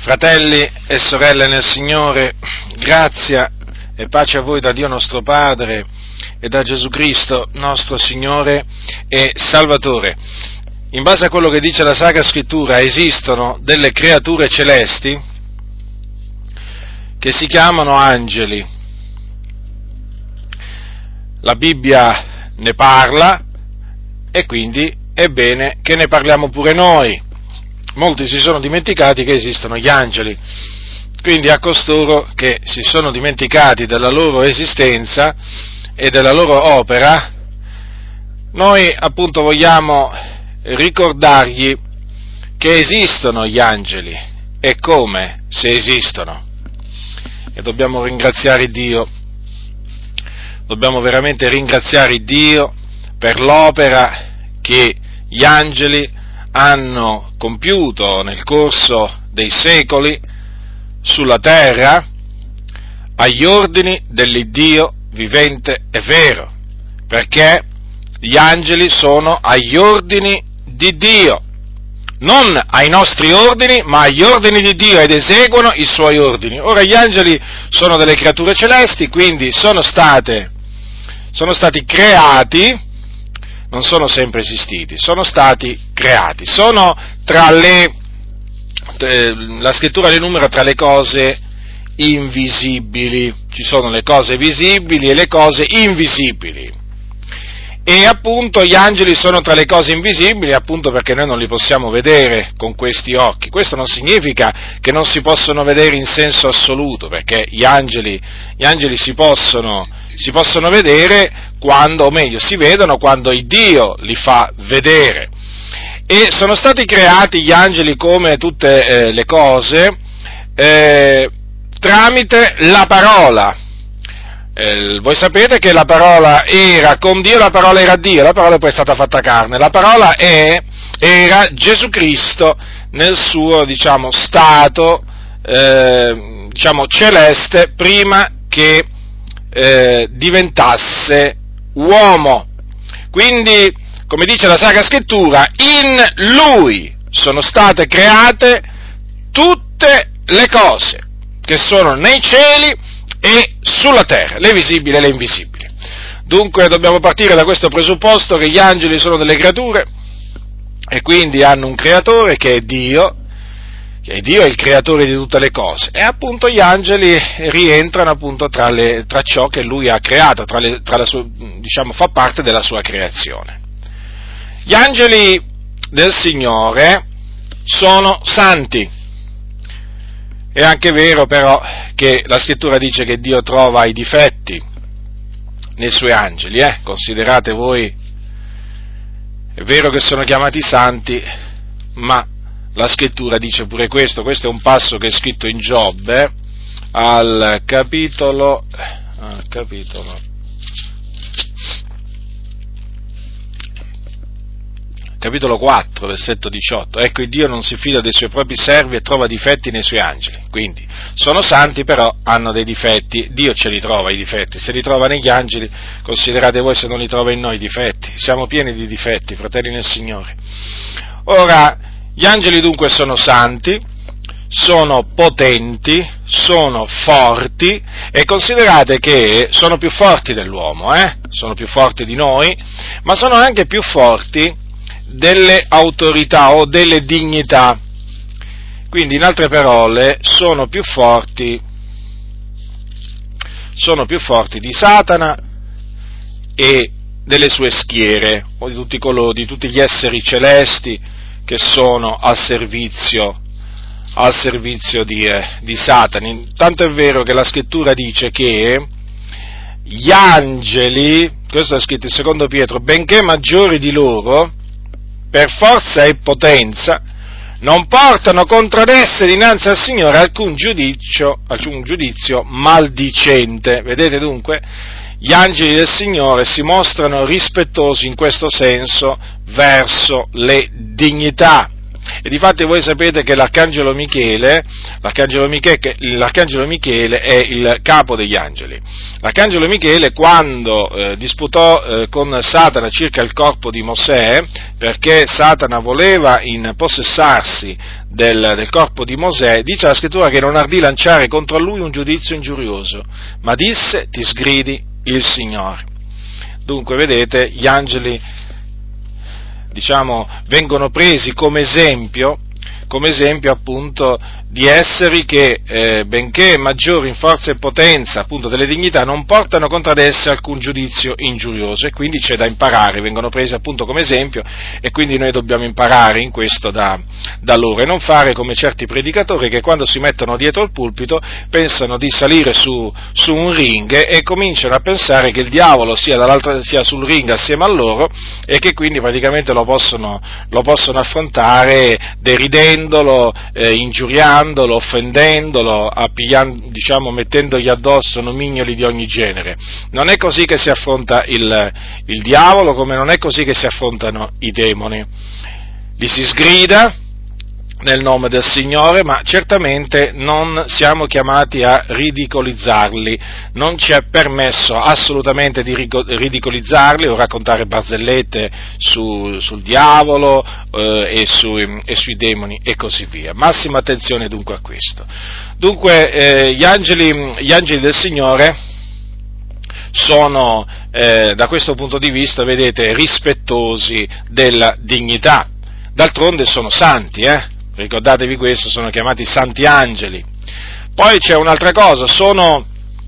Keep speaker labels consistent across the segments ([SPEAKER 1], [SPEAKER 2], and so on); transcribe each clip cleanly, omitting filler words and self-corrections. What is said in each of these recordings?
[SPEAKER 1] Fratelli e sorelle nel Signore, grazia e pace a voi da Dio nostro Padre e da Gesù Cristo, nostro Signore e Salvatore. In base a quello che dice la Sacra Scrittura, esistono delle creature celesti che si chiamano angeli. La Bibbia ne parla e quindi è bene che ne parliamo pure noi. Molti si sono dimenticati che esistono gli angeli, quindi a costoro che si sono dimenticati della loro esistenza e della loro opera, noi appunto vogliamo ricordargli che esistono gli angeli e come se esistono. E dobbiamo ringraziare Dio, dobbiamo veramente ringraziare Dio per l'opera che gli angeli hanno compiuto nel corso dei secoli sulla terra agli ordini dell'Iddio vivente e vero, perché gli angeli sono agli ordini di Dio, non ai nostri ordini, ma agli ordini di Dio, ed eseguono i suoi ordini. Ora gli angeli sono delle creature celesti, quindi sono stati creati, non sono sempre esistiti, sono stati creati, sono la Scrittura li numera tra le cose invisibili, ci sono le cose visibili e le cose invisibili, e appunto gli angeli sono tra le cose invisibili appunto perché noi non li possiamo vedere con questi occhi. Questo non significa che non si possono vedere in senso assoluto, perché gli angeli si possono vedere quando, o meglio, si vedono quando il Dio li fa vedere. E sono stati creati gli angeli come tutte le cose tramite la parola. Voi sapete che la parola era con Dio, la parola era Dio, la parola è poi stata fatta carne, la parola era Gesù Cristo nel suo, stato, celeste prima che diventasse uomo. Quindi, come dice la Sacra Scrittura, in Lui sono state create tutte le cose che sono nei cieli e sulla terra, le visibili e le invisibili. Dunque dobbiamo partire da questo presupposto che gli angeli sono delle creature e quindi hanno un creatore che è Dio è il creatore di tutte le cose, e appunto gli angeli rientrano appunto tra ciò che lui ha creato, tra la sua, fa parte della sua creazione. Gli angeli del Signore sono santi. È anche vero però che la Scrittura dice che Dio trova i difetti nei suoi angeli, Considerate voi, è vero che sono chiamati santi, ma la Scrittura dice pure questo è un passo che è scritto in Giobbe, al capitolo 4, versetto 18, ecco, il Dio non si fida dei suoi propri servi e trova difetti nei suoi angeli. Quindi, sono santi però hanno dei difetti, Dio ce li trova i difetti, se li trova negli angeli, considerate voi se non li trova in noi i difetti, siamo pieni di difetti, fratelli nel Signore. Ora, gli angeli dunque sono santi, sono potenti, sono forti, e considerate che sono più forti dell'uomo, sono più forti di noi, ma sono anche più forti delle autorità o delle dignità. Quindi, in altre parole, sono più forti di Satana e delle sue schiere, o di tutti gli esseri celesti che sono al servizio di Satana. Tanto è vero che la Scrittura dice che gli angeli, questo è scritto in secondo Pietro, benché maggiori di loro, per forza e potenza, non portano contro ad esse dinanzi al Signore alcun giudizio maldicente. Vedete dunque? Gli angeli del Signore si mostrano rispettosi in questo senso verso le dignità, E difatti voi sapete che l'Arcangelo Michele è il capo degli angeli. L'Arcangelo Michele, quando disputò con Satana circa il corpo di Mosè, perché Satana voleva impossessarsi del corpo di Mosè, dice la scrittura che non ardì lanciare contro lui un giudizio ingiurioso, ma disse: ti sgridi il Signore. Dunque, vedete, gli angeli, vengono presi come esempio appunto di esseri che, benché maggiori in forza e potenza appunto delle dignità, non portano contro ad esse alcun giudizio ingiurioso, e quindi c'è da imparare, vengono presi appunto come esempio, e quindi noi dobbiamo imparare in questo da loro, e non fare come certi predicatori che quando si mettono dietro il pulpito pensano di salire su un ring e cominciano a pensare che il diavolo sia sul ring assieme a loro, e che quindi praticamente lo possono affrontare deridendolo, ingiuriandolo, offendendolo, mettendogli addosso nomignoli di ogni genere. Non è così che si affronta il diavolo, come non è così che si affrontano i demoni. Li si sgrida nel nome del Signore, ma certamente non siamo chiamati a ridicolizzarli, non ci è permesso assolutamente di ridicolizzarli o raccontare barzellette sul diavolo e sui demoni e così via. Massima attenzione dunque a questo. Dunque gli angeli del Signore sono da questo punto di vista, vedete, rispettosi della dignità. D'altronde sono santi, ricordatevi questo, sono chiamati santi angeli. Poi c'è un'altra cosa, sono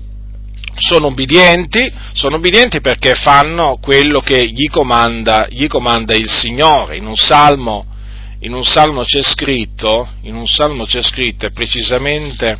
[SPEAKER 1] obbedienti perché fanno quello che gli comanda il Signore. In un salmo c'è scritto, e precisamente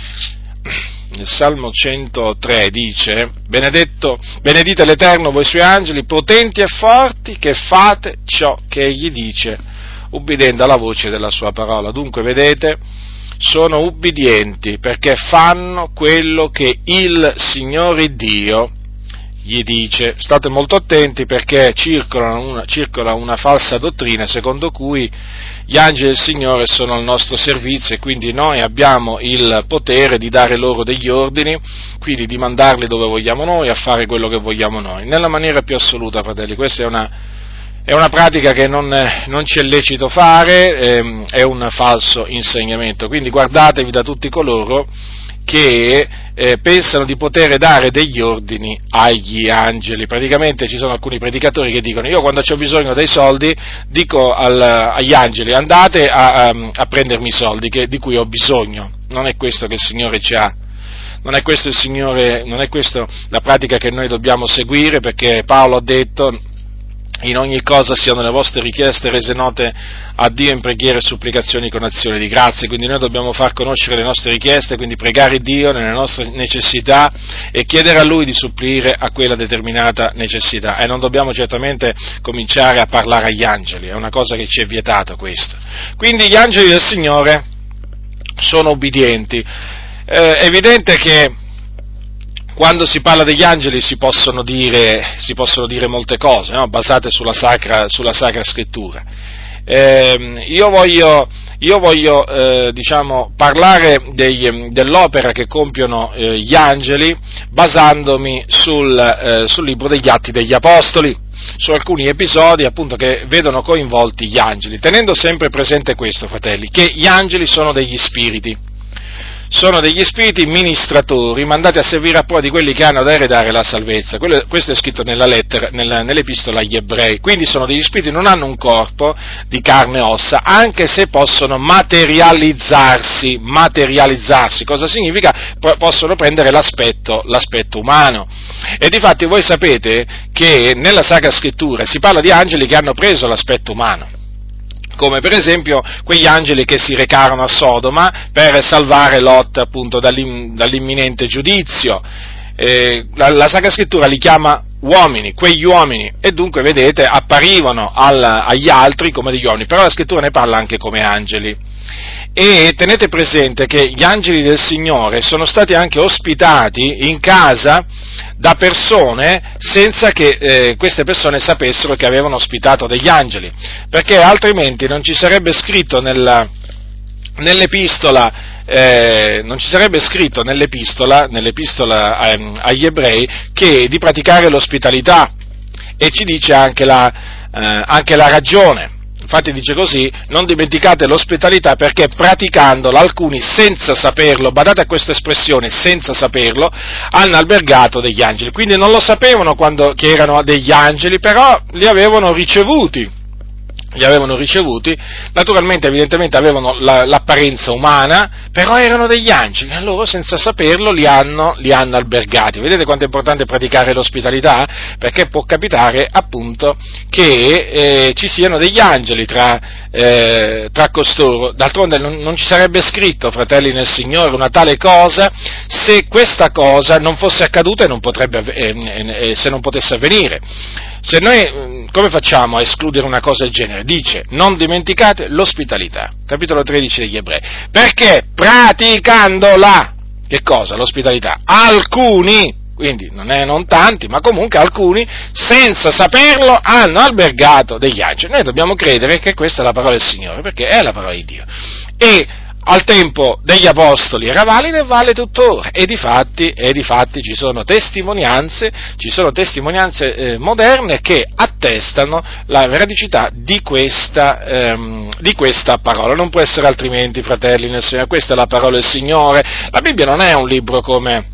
[SPEAKER 1] nel Salmo 103 dice: benedite l'Eterno voi suoi angeli, potenti e forti, che fate ciò che egli dice, ubbidendo alla voce della sua parola. Dunque, vedete, sono ubbidienti perché fanno quello che il Signore Dio gli dice. State molto attenti, perché circola una falsa dottrina secondo cui gli angeli del Signore sono al nostro servizio, e quindi noi abbiamo il potere di dare loro degli ordini, quindi di mandarli dove vogliamo noi, a fare quello che vogliamo noi, nella maniera più assoluta, fratelli. Questa è una pratica che non ci è lecito fare, è un falso insegnamento, quindi guardatevi da tutti coloro che pensano di poter dare degli ordini agli angeli. Praticamente ci sono alcuni predicatori che dicono: io quando ho bisogno dei soldi dico agli angeli: andate a prendermi i soldi di cui ho bisogno. Non è questo che il Signore ci ha. Non è questo la pratica che noi dobbiamo seguire, perché Paolo ha detto: in ogni cosa siano le vostre richieste rese note a Dio in preghiere e supplicazioni con azione di grazie. Quindi noi dobbiamo far conoscere le nostre richieste, quindi pregare Dio nelle nostre necessità e chiedere a Lui di supplire a quella determinata necessità, e non dobbiamo certamente cominciare a parlare agli angeli, è una cosa che ci è vietato questo. Quindi gli angeli del Signore sono ubbidienti. È evidente che quando si parla degli angeli si possono dire molte cose, no? Basate sulla Sacra Scrittura. Io voglio parlare dell'opera che compiono gli angeli, basandomi sul libro degli Atti degli Apostoli, su alcuni episodi appunto che vedono coinvolti gli angeli, tenendo sempre presente questo, fratelli, che gli angeli sono degli spiriti ministratori, mandati a servire a prova di quelli che hanno da eredare la salvezza. Questo è scritto nell'epistola agli Ebrei. Quindi sono degli spiriti, non hanno un corpo di carne e ossa, anche se possono materializzarsi. Cosa significa? Possono prendere l'aspetto umano. E difatti voi sapete che nella Sacra Scrittura si parla di angeli che hanno preso l'aspetto umano, come per esempio quegli angeli che si recarono a Sodoma per salvare Lot appunto dall'imminente giudizio. La Sacra Scrittura li chiama uomini, quegli uomini, e dunque vedete apparivano agli altri come degli uomini, però la Scrittura ne parla anche come angeli. E tenete presente che gli angeli del Signore sono stati anche ospitati in casa da persone senza che queste persone sapessero che avevano ospitato degli angeli, perché altrimenti non ci sarebbe scritto nell'epistola agli ebrei che di praticare l'ospitalità, e ci dice anche la ragione. Infatti dice così: non dimenticate l'ospitalità, perché praticandola alcuni senza saperlo, badate a questa espressione, senza saperlo, hanno albergato degli angeli. Quindi non lo sapevano che erano degli angeli, però li avevano ricevuti, naturalmente, evidentemente avevano l'apparenza umana, però erano degli angeli, e loro senza saperlo li hanno albergati. Vedete quanto è importante praticare l'ospitalità? Perché può capitare appunto che ci siano degli angeli tra costoro. D'altronde non ci sarebbe scritto, fratelli nel Signore, una tale cosa se questa cosa non fosse accaduta e se non potesse avvenire. Se noi, come facciamo a escludere una cosa del genere? Dice: non dimenticate l'ospitalità, capitolo 13 degli Ebrei, perché praticandola, che cosa? L'ospitalità, alcuni, quindi non tanti, ma comunque alcuni, senza saperlo, hanno albergato degli angeli. Noi dobbiamo credere che questa è la parola del Signore, perché è la parola di Dio, e al tempo degli Apostoli era valida e vale tuttora, e difatti ci sono testimonianze moderne che attestano la veridicità di questa parola. Non può essere altrimenti, fratelli nel Signore. Questa è la parola del Signore. La Bibbia non è un libro come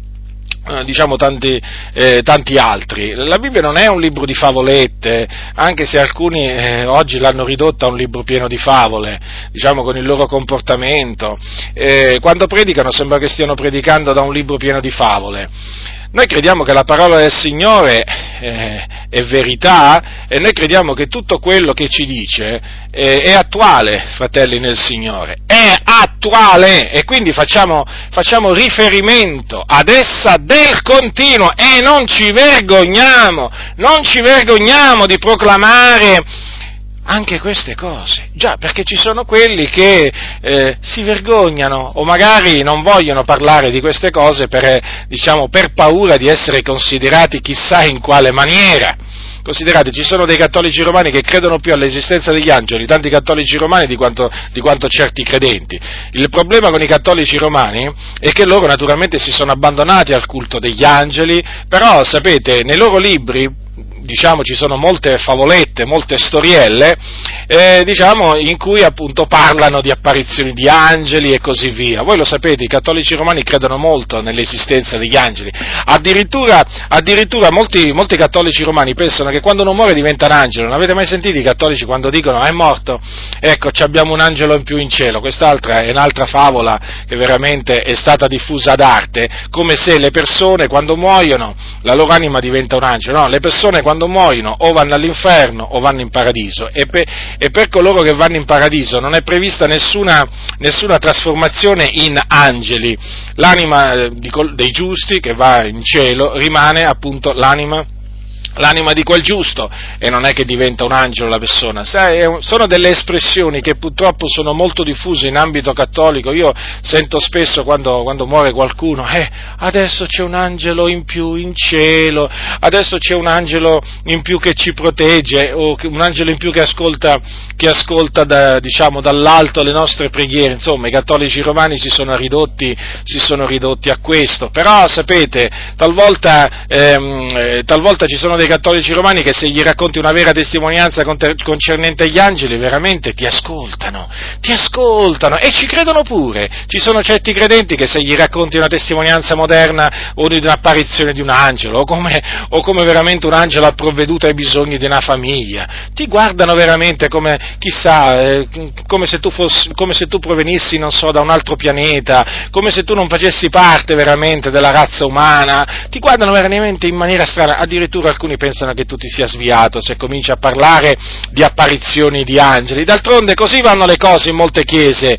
[SPEAKER 1] tanti altri. La Bibbia non è un libro di favolette, anche se alcuni oggi l'hanno ridotta a un libro pieno di favole, con il loro comportamento. Quando predicano sembra che stiano predicando da un libro pieno di favole. Noi crediamo che la parola del Signore è verità, e noi crediamo che tutto quello che ci dice è attuale, fratelli nel Signore, è attuale, e quindi facciamo riferimento ad essa del continuo, e non ci vergogniamo di proclamare anche queste cose. Già, perché ci sono quelli che si vergognano, o magari non vogliono parlare di queste cose per paura di essere considerati chissà in quale maniera. Considerate, ci sono dei cattolici romani che credono più all'esistenza degli angeli, tanti cattolici romani, di quanto certi credenti. Il problema con i cattolici romani è che loro naturalmente si sono abbandonati al culto degli angeli, però sapete, nei loro libri ci sono molte favolette, molte storielle, in cui appunto parlano di apparizioni di angeli e così via. Voi lo sapete, i cattolici romani credono molto nell'esistenza degli angeli. Addirittura molti cattolici romani pensano che quando uno muore diventa un angelo. Non avete mai sentito i cattolici quando dicono: è morto, ecco, abbiamo un angelo in più in cielo? Quest'altra è un'altra favola che veramente è stata diffusa ad arte, come se le persone quando muoiono la loro anima diventa un angelo. No, le persone quando muoiono o vanno all'inferno o vanno in paradiso, e per coloro che vanno in paradiso non è prevista nessuna trasformazione in angeli. L'anima dei giusti che va in cielo rimane appunto l'anima di quel giusto, e non è che diventa un angelo la persona. Sono delle espressioni che purtroppo sono molto diffuse in ambito cattolico. Io sento spesso quando muore qualcuno: adesso c'è un angelo in più in cielo, adesso c'è un angelo in più che ci protegge, o un angelo in più che ascolta dall'alto le nostre preghiere. Insomma, i cattolici romani si sono ridotti a questo. Però sapete, talvolta ci sono dei cattolici romani che, se gli racconti una vera testimonianza concernente gli angeli, veramente ti ascoltano e ci credono pure. Ci sono certi credenti che, se gli racconti una testimonianza moderna o di un'apparizione di un angelo, o come veramente un angelo ha provveduto ai bisogni di una famiglia, ti guardano veramente come, chissà, come se tu provenissi, non so, da un altro pianeta, come se tu non facessi parte veramente della razza umana. Ti guardano veramente in maniera strana. Addirittura alcuni pensano che tu ti sia sviato se cominci a parlare di apparizioni di angeli. D'altronde così vanno le cose in molte chiese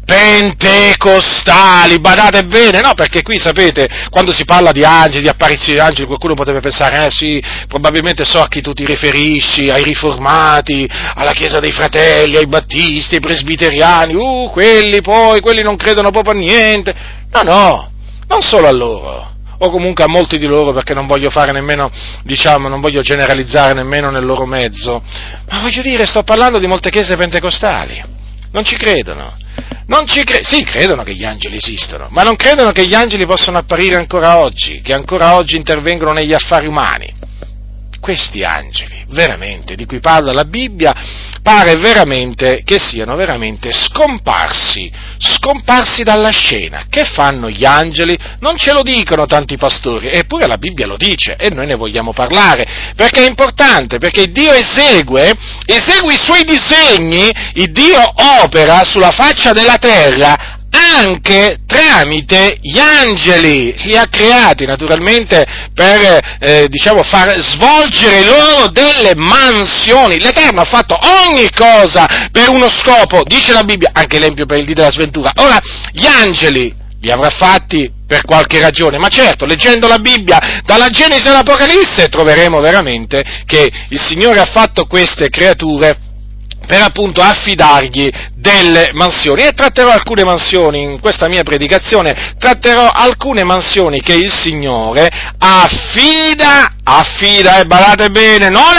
[SPEAKER 1] pentecostali, badate bene, no? Perché qui sapete, quando si parla di angeli, di apparizioni di angeli, qualcuno potrebbe pensare, sì, probabilmente so a chi tu ti riferisci, ai riformati, alla Chiesa dei Fratelli, ai battisti, ai presbiteriani, quelli non credono proprio a niente. No, non solo a loro, o comunque a molti di loro, perché non voglio fare nemmeno, non voglio generalizzare nemmeno nel loro mezzo, ma voglio dire, sto parlando di molte chiese pentecostali, non ci credono, sì, credono che gli angeli esistono, ma non credono che gli angeli possano apparire ancora oggi, che ancora oggi intervengono negli affari umani. Questi angeli, veramente, di cui parla la Bibbia, pare veramente che siano veramente scomparsi dalla scena. Che fanno gli angeli? Non ce lo dicono tanti pastori, eppure la Bibbia lo dice e noi ne vogliamo parlare, perché è importante, perché Dio esegue i suoi disegni, il Dio opera sulla faccia della terra anche tramite gli angeli, li ha creati naturalmente per far svolgere loro delle mansioni. L'Eterno ha fatto ogni cosa per uno scopo, dice la Bibbia, anche l'empio per il dì della sventura. Ora, gli angeli li avrà fatti per qualche ragione, ma certo, leggendo la Bibbia, dalla Genesi all'Apocalisse, troveremo veramente che il Signore ha fatto queste creature per appunto affidargli delle mansioni, e tratterò alcune mansioni in questa mia predicazione, tratterò alcune mansioni che il Signore affida, e badate bene, non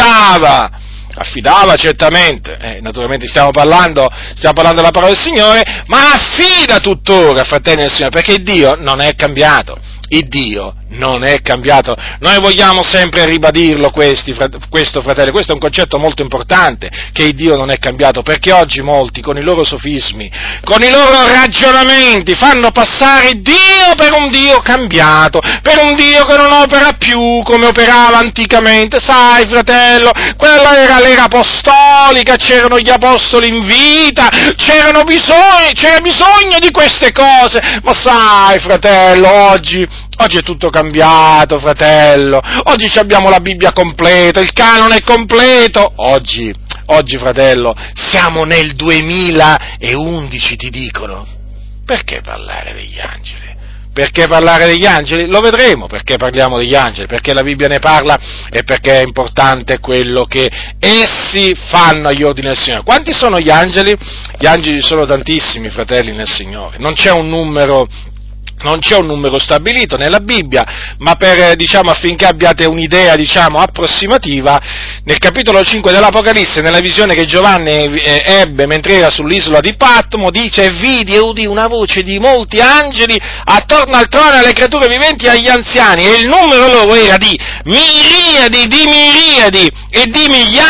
[SPEAKER 1] affidava certamente, naturalmente stiamo parlando della parola del Signore, ma affida tuttora, fratelli del Signore, perché Dio non è cambiato. Il Dio non è cambiato. Noi vogliamo sempre ribadirlo questo, fratelli, questo è un concetto molto importante, che il Dio non è cambiato, perché oggi molti, con i loro sofismi, con i loro ragionamenti, fanno passare Dio per un Dio cambiato, per un Dio che non opera più come operava anticamente. Sai, fratello, quella era l'era apostolica, c'erano gli apostoli in vita, c'era bisogno di queste cose, ma sai, fratello, oggi è tutto cambiato, fratello. Oggi abbiamo la Bibbia completa, il canone è completo. Oggi, fratello, siamo nel 2011, ti dicono. Perché parlare degli angeli? Perché parlare degli angeli? Lo vedremo perché parliamo degli angeli, perché la Bibbia ne parla e perché è importante quello che essi fanno agli ordini del Signore. Quanti sono gli angeli? Gli angeli sono tantissimi, fratelli nel Signore. Non c'è un numero stabilito nella Bibbia, ma affinché abbiate un'idea, approssimativa, nel capitolo 5 dell'Apocalisse, nella visione che Giovanni ebbe mentre era sull'isola di Patmo, dice: vidi e udì una voce di molti angeli attorno al trono, alle creature viventi e agli anziani, e il numero loro era di miriadi e di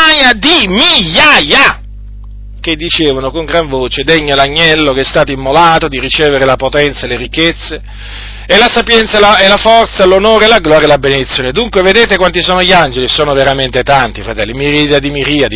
[SPEAKER 1] migliaia, che dicevano con gran voce: degno è l'agnello che è stato immolato di ricevere la potenza e le ricchezze, e la sapienza e la forza, l'onore, la gloria e la benedizione. Dunque vedete quanti sono gli angeli? Sono veramente tanti, fratelli, migliaia di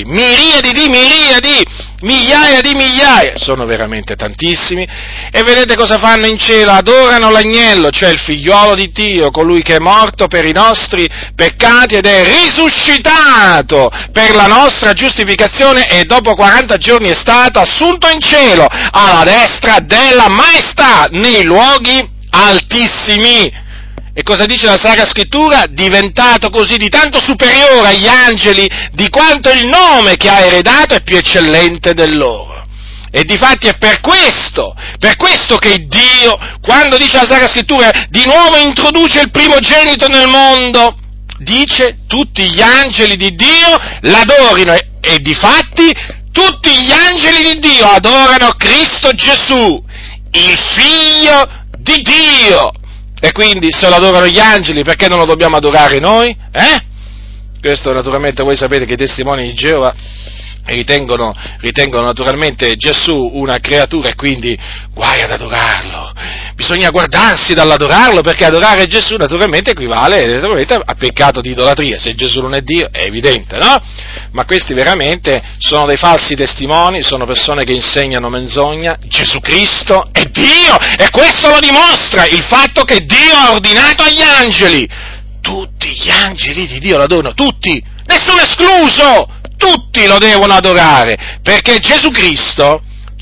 [SPEAKER 1] migliaia, sono veramente tantissimi. E vedete cosa fanno in cielo? Adorano l'agnello, cioè il figliuolo di Dio, colui che è morto per i nostri peccati ed è risuscitato per la nostra giustificazione, e dopo 40 giorni è stato assunto in cielo alla destra della maestà nei luoghi altissimi. E cosa dice la Sacra Scrittura? Diventato così di tanto superiore agli angeli, di quanto il nome che ha eredato è più eccellente del loro. E difatti è per questo che Dio, quando dice la Sacra Scrittura, di nuovo introduce il primogenito nel mondo, dice: tutti gli angeli di Dio l'adorino, e difatti tutti gli angeli di Dio adorano Cristo Gesù, il Figlio di Dio. E quindi se lo adorano gli angeli, perché non lo dobbiamo adorare noi? Questo naturalmente voi sapete che i testimoni di Geova ritengono naturalmente Gesù una creatura, e quindi guai ad adorarlo. Bisogna guardarsi dall'adorarlo, perché adorare Gesù naturalmente equivale a peccato di idolatria. Se Gesù non è Dio è evidente, no? Ma questi veramente sono dei falsi testimoni, sono persone che insegnano menzogna. Gesù Cristo è Dio, e questo lo dimostra il fatto che Dio ha ordinato agli angeli tutti gli angeli di Dio lo adorano, tutti, nessuno escluso, tutti lo devono adorare, perché Gesù Cristo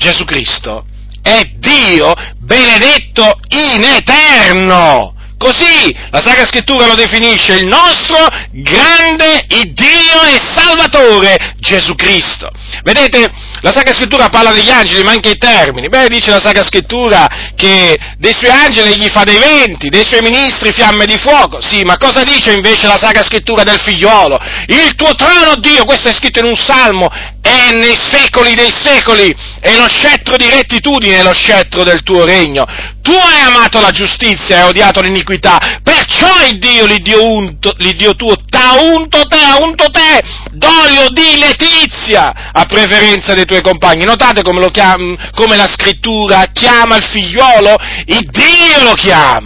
[SPEAKER 1] è Dio benedetto in eterno. Così la Sacra Scrittura lo definisce, il nostro grande Iddio e Salvatore Gesù Cristo. Vedete, la Sacra Scrittura parla degli angeli, ma anche i termini. Dice la Sacra Scrittura che dei suoi angeli gli fa dei venti, dei suoi ministri fiamme di fuoco. Sì, ma cosa dice invece la Sacra Scrittura del figliolo? Il tuo trono, Dio, questo è scritto in un salmo, è nei secoli dei secoli, e lo scettro di rettitudine è lo scettro del tuo regno. Tu hai amato la giustizia e hai odiato l'iniquità, perciò il Dio, l'Iddio tuo, t'ha unto te, d'olio di letizia, a preferenza dei tuoi compagni. Notate come la Scrittura chiama il figliolo? Il Dio lo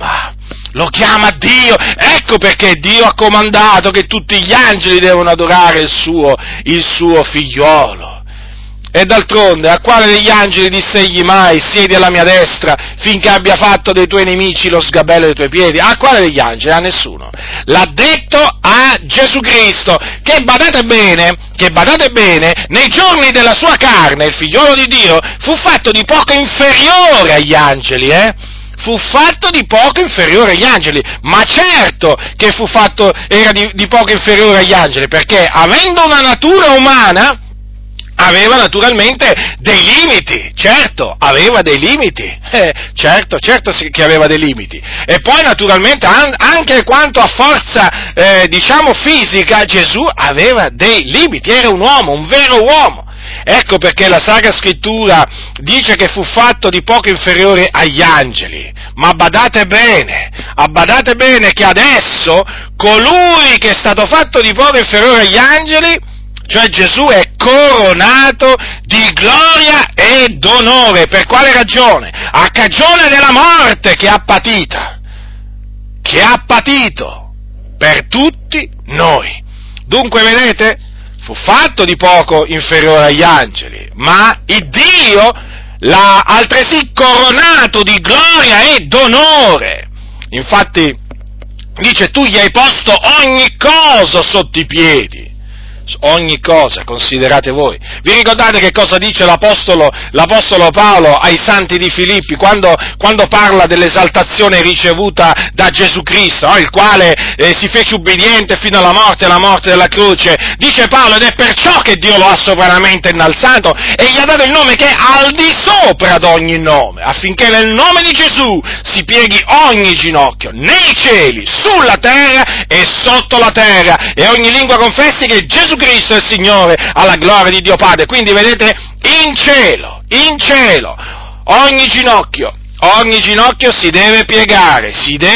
[SPEAKER 1] chiama Dio, ecco perché Dio ha comandato che tutti gli angeli devono adorare il suo figliolo. E d'altronde, a quale degli angeli disse egli mai, siedi alla mia destra, finché abbia fatto dei tuoi nemici lo sgabello dei tuoi piedi? A quale degli angeli? A nessuno. L'ha detto a Gesù Cristo, che badate bene, nei giorni della sua carne, il figliolo di Dio, fu fatto di poco inferiore agli angeli, Fu fatto di poco inferiore agli angeli, ma certo che era di poco inferiore agli angeli, perché avendo una natura umana, aveva naturalmente dei limiti, certo, aveva dei limiti, certo che aveva dei limiti, e poi naturalmente anche quanto a forza, fisica, Gesù aveva dei limiti, era un uomo, un vero uomo. Ecco perché la Sacra Scrittura dice che fu fatto di poco inferiore agli angeli, ma badate bene che adesso colui che è stato fatto di poco inferiore agli angeli, cioè Gesù, è coronato di gloria e d'onore. Per quale ragione? A cagione della morte che ha patito per tutti noi. Dunque, vedete, fu fatto di poco inferiore agli angeli, ma il Dio l'ha altresì coronato di gloria e d'onore. Infatti, dice, tu gli hai posto ogni cosa sotto i piedi. Ogni cosa, considerate voi. Vi ricordate che cosa dice l'Apostolo Paolo ai santi di Filippi quando parla dell'esaltazione ricevuta da Gesù Cristo, no? Il quale si fece ubbidiente fino alla morte della croce? Dice Paolo, ed è perciò che Dio lo ha sovranamente innalzato e gli ha dato il nome che è al di sopra d'ogni nome, affinché nel nome di Gesù si pieghi ogni ginocchio, nei cieli, sulla terra e sotto la terra, e ogni lingua confessi che Gesù Cristo è il Signore, alla gloria di Dio Padre. Quindi vedete, in cielo, ogni ginocchio si deve piegare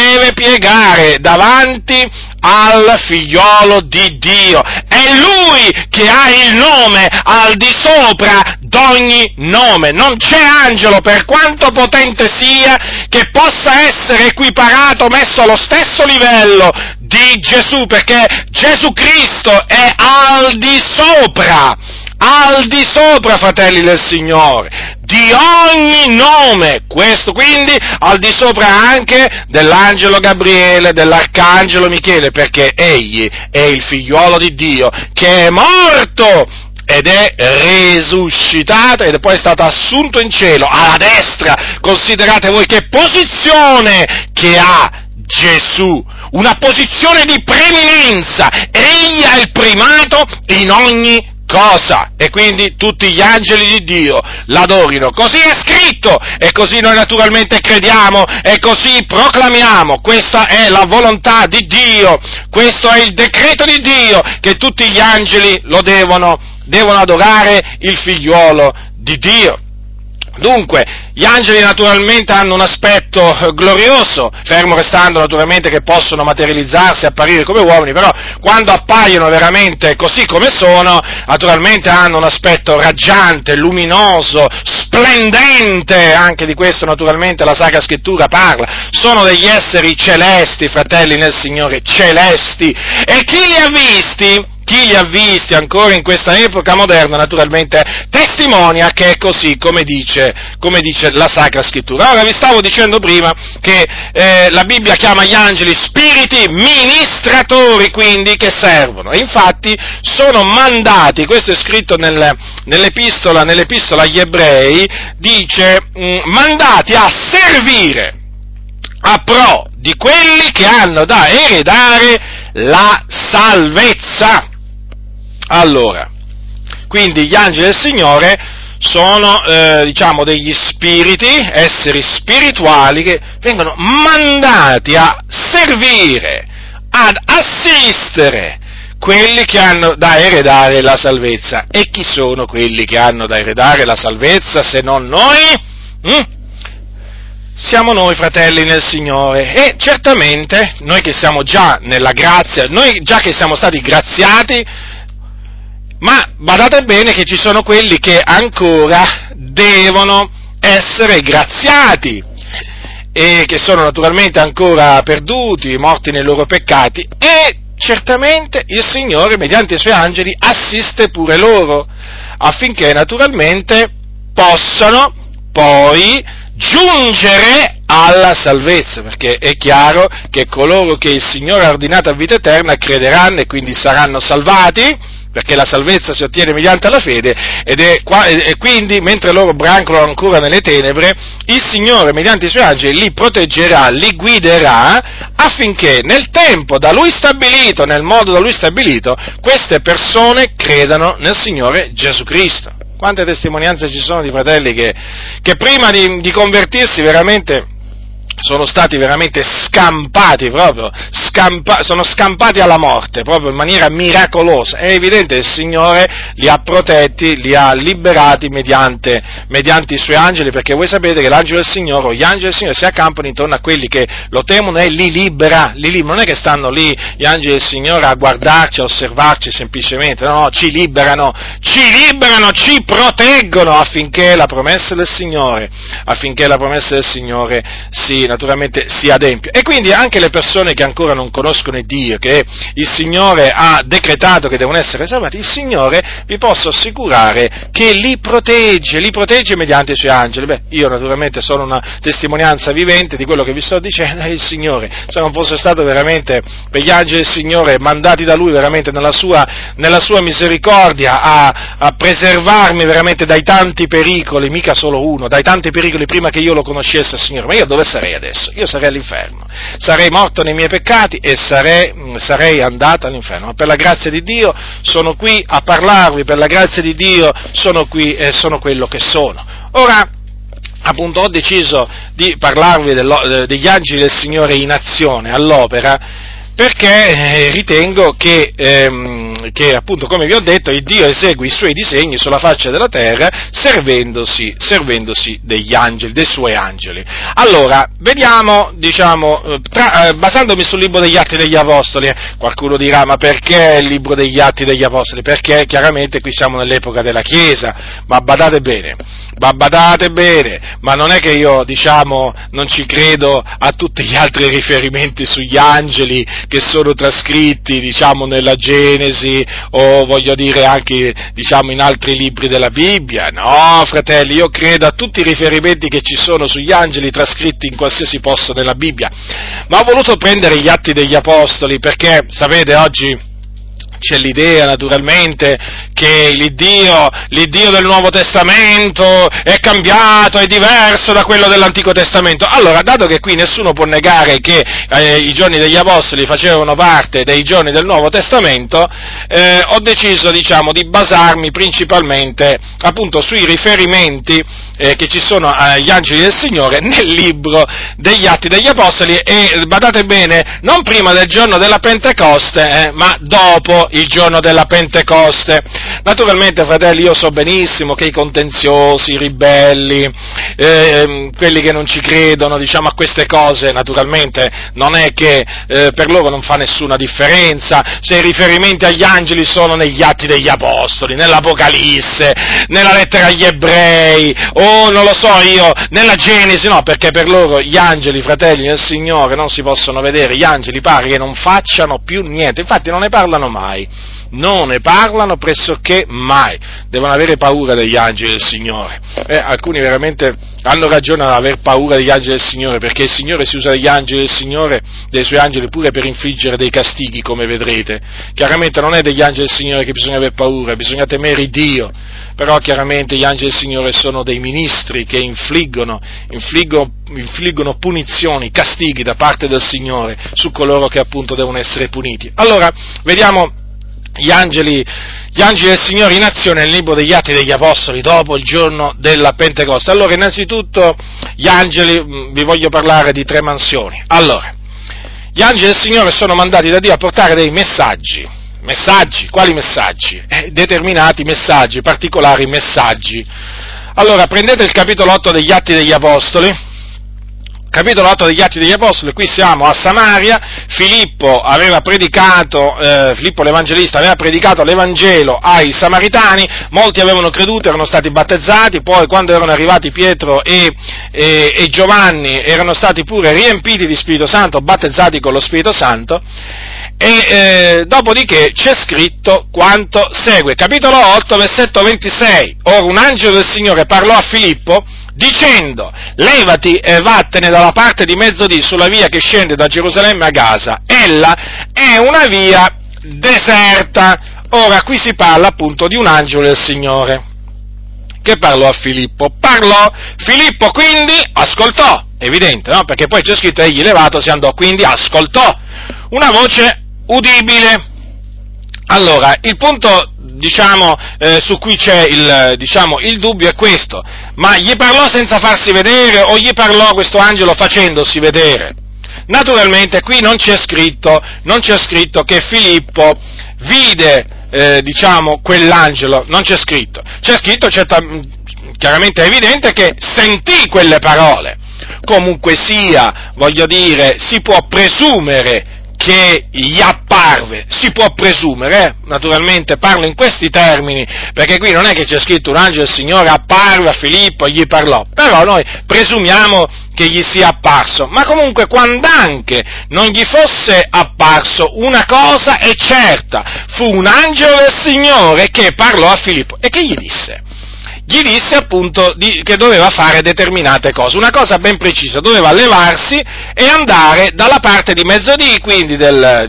[SPEAKER 1] davanti al figliolo di Dio. È Lui che ha il nome al di sopra d'ogni nome. Non c'è angelo, per quanto potente sia, che possa essere equiparato, messo allo stesso livello di Gesù, perché Gesù Cristo è al di sopra, fratelli del Signore, di ogni nome, questo quindi al di sopra anche dell'angelo Gabriele, dell'arcangelo Michele, perché egli è il figliuolo di Dio che è morto ed è risuscitato ed è poi stato assunto in cielo alla destra. Considerate voi che posizione che ha Gesù, una posizione di preeminenza, egli ha il primato in ogni cosa, e quindi tutti gli angeli di Dio l'adorino. Così è scritto, e così noi naturalmente crediamo, e così proclamiamo. Questa è la volontà di Dio, questo è il decreto di Dio, che tutti gli angeli lo devono adorare il figliuolo di Dio. Dunque, gli angeli naturalmente hanno un aspetto glorioso, fermo restando naturalmente che possono materializzarsi e apparire come uomini, però quando appaiono veramente così come sono, naturalmente hanno un aspetto raggiante, luminoso, splendente. Anche di questo naturalmente la Sacra Scrittura parla. Sono degli esseri celesti, fratelli nel Signore, celesti, e chi li ha visti chi li ha visti ancora in questa epoca moderna, naturalmente, testimonia che è così, come dice la Sacra Scrittura. Ora, vi stavo dicendo prima che la Bibbia chiama gli angeli spiriti ministratori, quindi, che servono. E infatti sono mandati, questo è scritto nell'epistola agli Ebrei, dice, mandati a servire a pro di quelli che hanno da eredare la salvezza. Allora, quindi gli angeli del Signore sono, degli spiriti, esseri spirituali che vengono mandati a servire, ad assistere quelli che hanno da eredare la salvezza. E chi sono quelli che hanno da eredare la salvezza se non noi? Siamo noi, fratelli nel Signore, e certamente noi che siamo già nella grazia, noi già che siamo stati graziati, ma badate bene che ci sono quelli che ancora devono essere graziati e che sono naturalmente ancora perduti, morti nei loro peccati, e certamente il Signore, mediante i Suoi angeli, assiste pure loro, affinché naturalmente possano poi giungere alla salvezza, perché è chiaro che coloro che il Signore ha ordinato a vita eterna crederanno e quindi saranno salvati, perché la salvezza si ottiene mediante la fede, e quindi, mentre loro brancolano ancora nelle tenebre, il Signore, mediante i Suoi angeli, li proteggerà, li guiderà, affinché nel tempo da Lui stabilito, nel modo da Lui stabilito, queste persone credano nel Signore Gesù Cristo. Quante testimonianze ci sono di fratelli che prima di convertirsi veramente sono stati veramente scampati proprio, sono scampati alla morte, proprio in maniera miracolosa. È evidente che il Signore li ha protetti, li ha liberati mediante i Suoi angeli, perché voi sapete che l'angelo del Signore, o gli angeli del Signore, si accampano intorno a quelli che lo temono e li libera, non è che stanno lì gli angeli del Signore a guardarci, a osservarci semplicemente, no, ci liberano, ci proteggono affinché la promessa del Signore naturalmente si adempie. E quindi anche le persone che ancora non conoscono Dio, che il Signore ha decretato che devono essere salvati, il Signore, vi posso assicurare, che li protegge mediante i Suoi angeli. Io naturalmente sono una testimonianza vivente di quello che vi sto dicendo, e il Signore, se non fosse stato veramente per gli angeli del Signore mandati da Lui veramente nella sua misericordia a preservarmi veramente dai tanti pericoli, mica solo uno, dai tanti pericoli prima che io lo conoscesse il Signore, ma io dove sarei adesso? Io sarei all'inferno, sarei morto nei miei peccati e sarei andato all'inferno, ma per la grazia di Dio sono qui a parlarvi, per la grazia di Dio sono qui e sono quello che sono. Ora, appunto, ho deciso di parlarvi degli angeli del Signore in azione, all'opera, perché ritengo che appunto, come vi ho detto, il Dio esegue i Suoi disegni sulla faccia della terra servendosi degli angeli, dei Suoi angeli. Allora, vediamo, basandomi sul libro degli Atti degli Apostoli, qualcuno dirà, ma perché il libro degli Atti degli Apostoli? Perché chiaramente qui siamo nell'epoca della Chiesa, ma badate bene, ma non è che io, non ci credo a tutti gli altri riferimenti sugli angeli che sono trascritti, nella Genesi, o voglio dire anche, in altri libri della Bibbia. No, fratelli, io credo a tutti i riferimenti che ci sono sugli angeli trascritti in qualsiasi posto nella Bibbia, ma ho voluto prendere gli Atti degli Apostoli perché, sapete, oggi c'è l'idea, naturalmente, che l'Iddio del Nuovo Testamento è cambiato, è diverso da quello dell'Antico Testamento. Allora, dato che qui nessuno può negare che i giorni degli Apostoli facevano parte dei giorni del Nuovo Testamento, ho deciso, di basarmi principalmente, appunto, sui riferimenti che ci sono agli angeli del Signore nel libro degli Atti degli Apostoli, e badate bene, non prima del giorno della Pentecoste, ma dopo il giorno della Pentecoste. Naturalmente, fratelli, io so benissimo che i contenziosi, i ribelli, quelli che non ci credono, a queste cose, naturalmente, non è che per loro non fa nessuna differenza se i riferimenti agli angeli sono negli Atti degli Apostoli, nell'Apocalisse, nella lettera agli Ebrei, o non lo so io, nella Genesi, no, perché per loro gli angeli, fratelli nel Signore, non si possono vedere, gli angeli pare che non facciano più niente, infatti non ne parlano mai, non ne parlano pressoché mai. Devono avere paura degli angeli del Signore. Alcuni veramente hanno ragione ad aver paura degli angeli del Signore, perché il Signore si usa degli angeli del Signore, dei suoi angeli, pure per infliggere dei castighi, come vedrete. Chiaramente non è degli angeli del Signore che bisogna aver paura, bisogna temere Dio, però chiaramente gli angeli del Signore sono dei ministri che infliggono punizioni, castighi da parte del Signore su coloro che appunto devono essere puniti. Allora, vediamo gli angeli del Signore in azione nel libro degli Atti degli Apostoli dopo il giorno della Pentecoste. Allora, innanzitutto, gli angeli, vi voglio parlare di 3 mansioni. Allora, gli angeli del Signore sono mandati da Dio a portare dei messaggi. Messaggi? Quali messaggi? Determinati messaggi, particolari messaggi. Allora, prendete il capitolo 8 degli Atti degli Apostoli. Capitolo 8 degli Atti degli Apostoli, qui siamo a Samaria, Filippo l'Evangelista aveva predicato l'Evangelo ai Samaritani, molti avevano creduto, erano stati battezzati, poi quando erano arrivati Pietro e Giovanni erano stati pure riempiti di Spirito Santo, battezzati con lo Spirito Santo, e dopodiché c'è scritto quanto segue, capitolo 8, versetto 26, ora un angelo del Signore parlò a Filippo, dicendo, levati e vattene dalla parte di mezzodì sulla via che scende da Gerusalemme a Gaza, ella è una via deserta. Ora qui si parla appunto di un angelo del Signore che parlò a Filippo, Filippo quindi ascoltò, evidente, no? Perché poi c'è scritto egli levatosi andò, quindi ascoltò una voce udibile. Allora, il punto, su cui c'è il dubbio è questo, ma gli parlò senza farsi vedere o gli parlò questo angelo facendosi vedere? Naturalmente qui non c'è scritto che Filippo vide, quell'angelo, non c'è scritto chiaramente è evidente che sentì quelle parole. Comunque sia, voglio dire, si può presumere che gli apparve, si può presumere, naturalmente parlo in questi termini, perché qui non è che c'è scritto un angelo del Signore apparve a Filippo e gli parlò, però noi presumiamo che gli sia apparso, ma comunque quand'anche non gli fosse apparso, una cosa è certa, fu un angelo del Signore che parlò a Filippo, e che gli disse? Gli disse appunto che doveva fare determinate cose, una cosa ben precisa, doveva levarsi e andare dalla parte di mezzodì, quindi del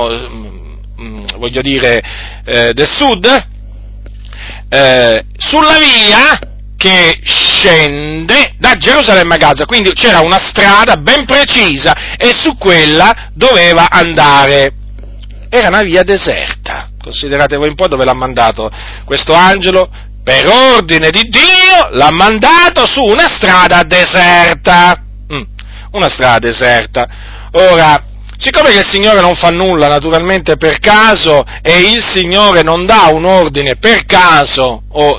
[SPEAKER 1] sud, sulla via che scende da Gerusalemme a Gaza, quindi c'era una strada ben precisa e su quella doveva andare. Era una via deserta, considerate voi un po' dove l'ha mandato questo angelo. Per ordine di Dio l'ha mandato su una strada deserta. Una strada deserta. Ora, siccome che il Signore non fa nulla naturalmente per caso e il Signore non dà un ordine per caso o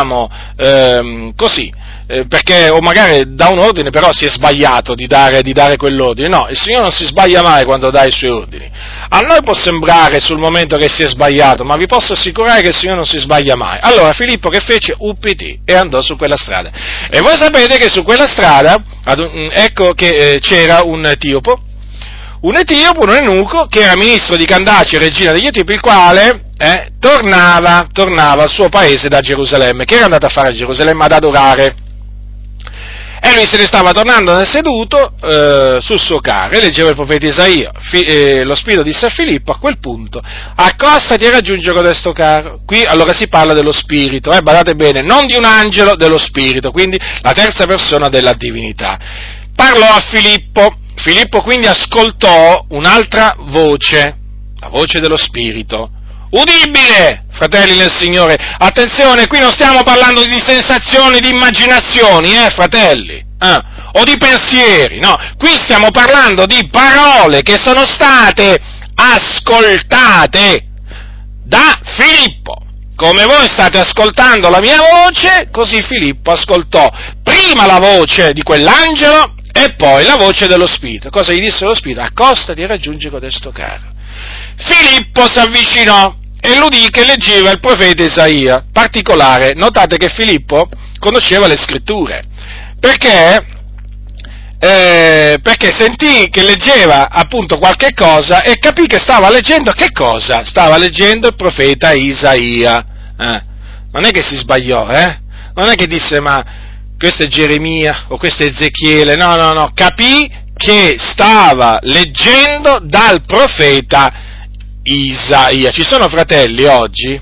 [SPEAKER 1] perché o magari dà un ordine però si è sbagliato di dare quell'ordine, no, il Signore non si sbaglia mai quando dà i suoi ordini. A noi può sembrare sul momento che si è sbagliato, ma vi posso assicurare che il Signore non si sbaglia mai. Allora Filippo che fece? Ubbidì e andò su quella strada. E voi sapete che su quella strada, c'era un etiopo, un eunuco, che era ministro di Candace, regina degli Etiopi, il quale tornava al suo paese da Gerusalemme, che era andato a fare a Gerusalemme ad adorare. E lui se ne stava tornando nel seduto sul suo carro e leggeva il profeta Isaia. Lo Spirito disse a Filippo a quel punto: accostati e raggiungi codesto carro. Qui allora si parla dello Spirito, badate bene, non di un angelo, dello Spirito, quindi la terza persona della divinità. Parlò a Filippo quindi ascoltò un'altra voce, la voce dello Spirito, udibile, fratelli nel Signore. Attenzione, qui non stiamo parlando di sensazioni, di immaginazioni, fratelli, o di pensieri, no, qui stiamo parlando di parole che sono state ascoltate da Filippo. Come voi state ascoltando la mia voce, così Filippo ascoltò prima la voce di quell'angelo e poi la voce dello Spirito. Cosa gli disse lo Spirito? Accostati e raggiungi codesto carro. Filippo si avvicinò e l'udì che leggeva il profeta Isaia. Particolare, notate che Filippo conosceva le scritture, perché perché sentì che leggeva appunto qualche cosa e capì che stava leggendo che cosa? Stava leggendo il profeta Isaia. Non è che si sbagliò, non è che disse ma questo è Geremia o questo è Ezechiele, no, capì che stava leggendo dal profeta Isaia. Ci sono fratelli oggi,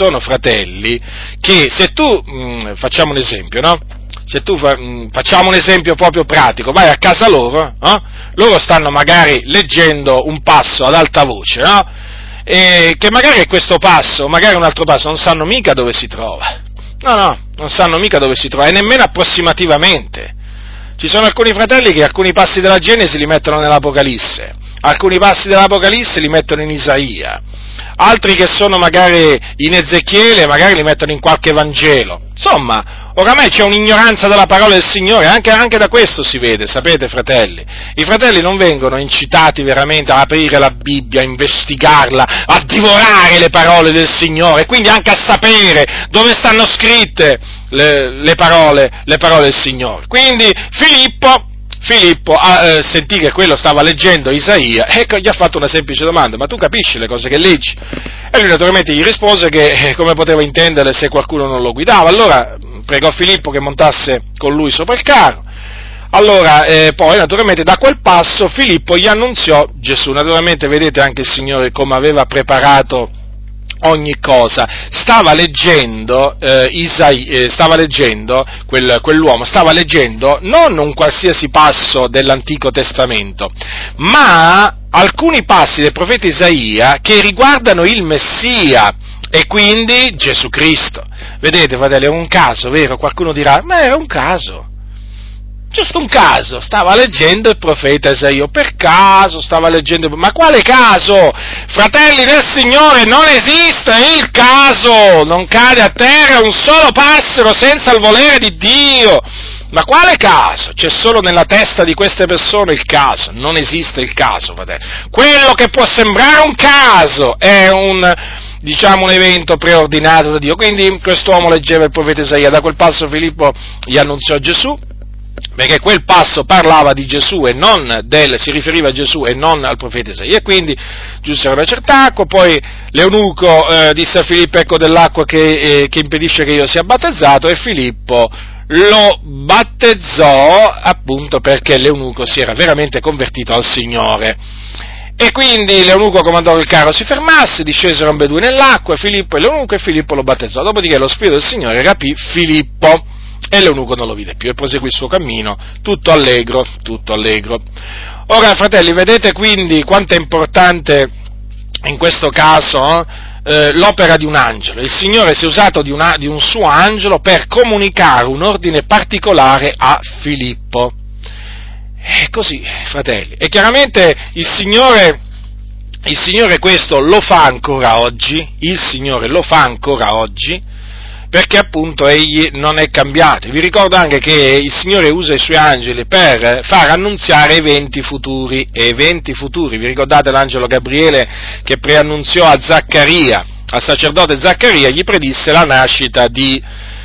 [SPEAKER 1] che se tu, facciamo un esempio, no? Se tu facciamo un esempio proprio pratico, vai a casa loro, no? Loro stanno magari leggendo un passo ad alta voce, no? E che magari questo passo, magari un altro passo, non sanno mica dove si trova. No, non sanno mica dove si trova, e nemmeno approssimativamente. Ci sono alcuni fratelli che alcuni passi della Genesi li mettono nell'Apocalisse, alcuni passi dell'Apocalisse li mettono in Isaia, altri che sono magari in Ezechiele, magari li mettono in qualche Vangelo. Insomma, oramai c'è un'ignoranza della parola del Signore, anche da questo si vede, sapete fratelli? I fratelli non vengono incitati veramente a aprire la Bibbia, a investigarla, a divorare le parole del Signore, quindi anche a sapere dove stanno scritte le parole del Signore. Quindi Filippo sentì che quello stava leggendo Isaia, ecco, gli ha fatto una semplice domanda: ma tu capisci le cose che leggi? E lui naturalmente gli rispose che come poteva intenderle se qualcuno non lo guidava. Allora pregò Filippo che montasse con lui sopra il carro. Allora, poi naturalmente da quel passo Filippo gli annunziò Gesù. Naturalmente vedete anche il Signore come aveva preparato ogni cosa. Stava leggendo quell'uomo stava leggendo non un qualsiasi passo dell'Antico Testamento, ma alcuni passi del profeta Isaia che riguardano il Messia e quindi Gesù Cristo. Vedete, fratelli, è un caso, vero? Qualcuno dirà: ma era un caso. Giusto un caso, stava leggendo il profeta Isaia, per caso stava leggendo, ma quale caso? Fratelli del Signore, non esiste il caso, non cade a terra un solo passero senza il volere di Dio. Ma quale caso? C'è solo nella testa di queste persone il caso, non esiste il caso, fratelli. Quello che può sembrare un caso è un evento preordinato da Dio. Quindi quest'uomo leggeva il profeta Isaia, da quel passo Filippo gli annunziò Gesù, perché quel passo parlava di Gesù e si riferiva a Gesù e non al profeta Isaia, e quindi giunsero una certa acqua. Poi l'eunuco disse a Filippo: ecco dell'acqua che impedisce che io sia battezzato, e Filippo lo battezzò appunto perché l'eunuco si era veramente convertito al Signore. E quindi l'eunuco comandò che il carro si fermasse, discesero ambedue nell'acqua, Filippo e l'eunuco, e Filippo lo battezzò. Dopodiché lo Spirito del Signore rapì Filippo, e l'eunuco non lo vide più, e proseguì il suo cammino, tutto allegro. Ora, fratelli, vedete quindi quanto è importante in questo caso l'opera di un angelo. Il Signore si è usato di un suo angelo per comunicare un ordine particolare a Filippo. È così, fratelli. E chiaramente il Signore questo lo fa ancora oggi, perché appunto egli non è cambiato. Vi ricordo anche che il Signore usa i suoi angeli per far annunziare eventi futuri. Vi ricordate l'angelo Gabriele che preannunziò a Zaccaria, al sacerdote Zaccaria, gli predisse la nascita di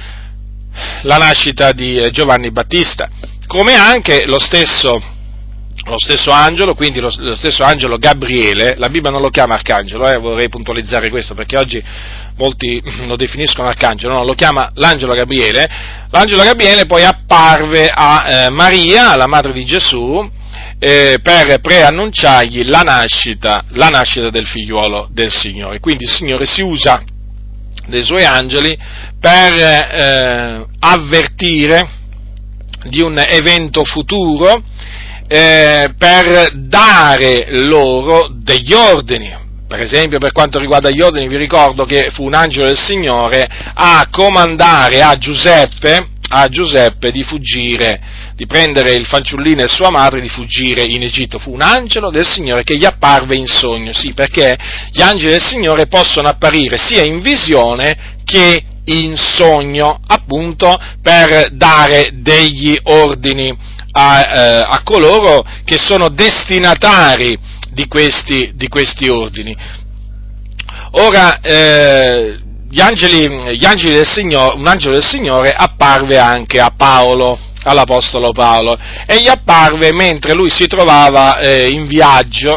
[SPEAKER 1] Giovanni Battista, come anche lo stesso angelo, quindi lo stesso angelo Gabriele. La Bibbia non lo chiama arcangelo, vorrei puntualizzare questo, perché oggi molti lo definiscono arcangelo, no, lo chiama l'angelo Gabriele. L'angelo Gabriele poi apparve a Maria, la madre di Gesù, per preannunciargli la nascita del figliuolo del Signore. Quindi il Signore si usa dei suoi angeli per avvertire di un evento futuro, per dare loro degli ordini. Per esempio, per quanto riguarda gli ordini, vi ricordo che fu un angelo del Signore a comandare a Giuseppe di fuggire, di prendere il fanciullino e sua madre, di fuggire in Egitto. Fu un angelo del Signore che gli apparve in sogno, sì, perché gli angeli del Signore possono apparire sia in visione che in sogno, appunto per dare degli ordini a coloro che sono destinatari di questi ordini. Ora, gli angeli del Signore, un angelo del Signore apparve anche a Paolo, all'Apostolo Paolo, e gli apparve mentre lui si trovava in viaggio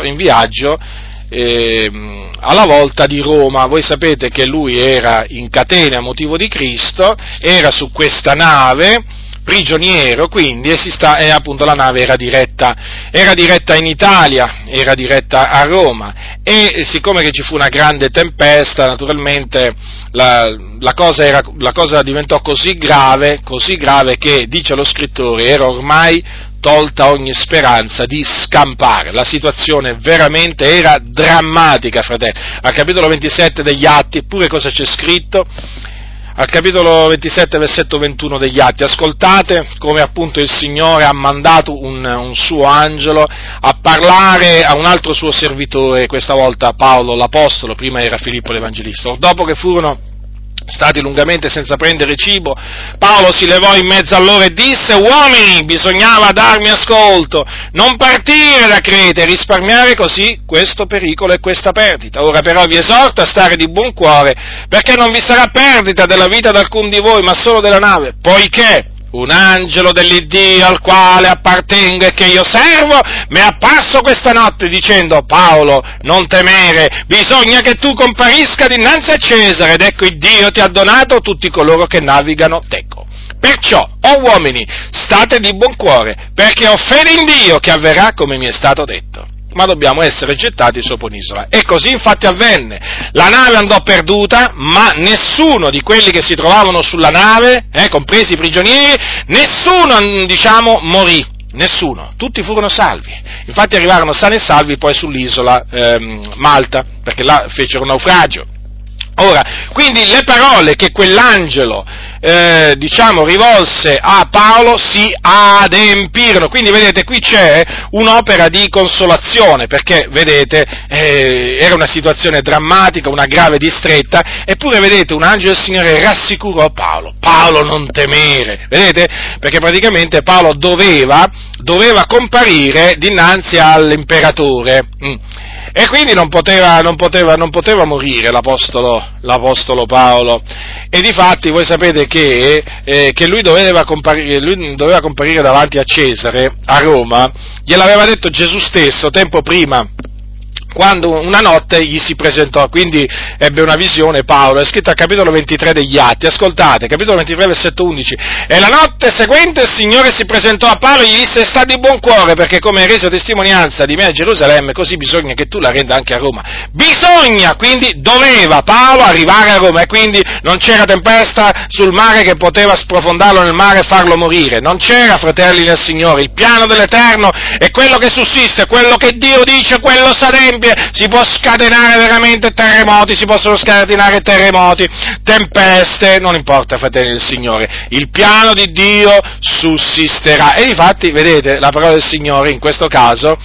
[SPEAKER 1] alla volta di Roma. Voi sapete che lui era in catene a motivo di Cristo, era su questa nave, prigioniero, quindi, e appunto la nave era diretta in Italia, era diretta a Roma, e siccome che ci fu una grande tempesta, naturalmente la cosa diventò così grave che, dice lo scrittore, era ormai tolta ogni speranza di scampare. La situazione veramente era drammatica, fratelli. Al capitolo 27 degli Atti, eppure cosa c'è scritto? Al capitolo 27, versetto 21 degli Atti, ascoltate come appunto il Signore ha mandato un suo angelo a parlare a un altro suo servitore, questa volta Paolo l'Apostolo, prima era Filippo l'Evangelista. Dopo che furono stati lungamente senza prendere cibo, Paolo si levò in mezzo a loro e disse: uomini, bisognava darmi ascolto, non partire da Creta e risparmiare così questo pericolo e questa perdita. Ora però vi esorto a stare di buon cuore, perché non vi sarà perdita della vita di alcun di voi, ma solo della nave, poiché un angelo dell'Iddio al quale appartengo e che io servo mi è apparso questa notte dicendo: Paolo, non temere, bisogna che tu comparisca dinanzi a Cesare, ed ecco il Dio ti ha donato tutti coloro che navigano teco. Perciò, uomini, state di buon cuore, perché ho fede in Dio che avverrà come mi è stato detto. Ma dobbiamo essere gettati sopra un'isola. E così infatti avvenne. La nave andò perduta, ma nessuno di quelli che si trovavano sulla nave, compresi i prigionieri, nessuno, morì. Nessuno. Tutti furono salvi. Infatti arrivarono sani e salvi poi sull'isola Malta, perché là fecero naufragio. Ora, quindi le parole che quell'angelo rivolse a Paolo si adempirono. Quindi vedete, qui c'è un'opera di consolazione, perché vedete era una situazione drammatica, una grave distretta, eppure vedete un angelo del Signore rassicurò Paolo: Paolo, non temere, vedete? Perché praticamente Paolo doveva comparire dinanzi all'imperatore. E quindi non poteva morire l'apostolo Paolo. E difatti voi sapete che lui doveva comparire davanti a Cesare, a Roma. Gliel'aveva detto Gesù stesso tempo prima, quando una notte gli si presentò, quindi ebbe una visione Paolo. È scritto al capitolo 23 degli Atti, ascoltate, capitolo 23, versetto 11, e la notte seguente il Signore si presentò a Paolo e gli disse: sta di buon cuore, perché come hai reso testimonianza di me a Gerusalemme, così bisogna che tu la renda anche a Roma. Quindi doveva Paolo arrivare a Roma, e quindi non c'era tempesta sul mare che poteva sprofondarlo nel mare e farlo morire, non c'era, fratelli del Signore. Il piano dell'Eterno è quello che sussiste, quello che Dio dice, quello s'adempie. Si può scatenare veramente terremoti, tempeste, non importa, fratelli del Signore, il piano di Dio sussisterà. E difatti, vedete, la parola del Signore in questo caso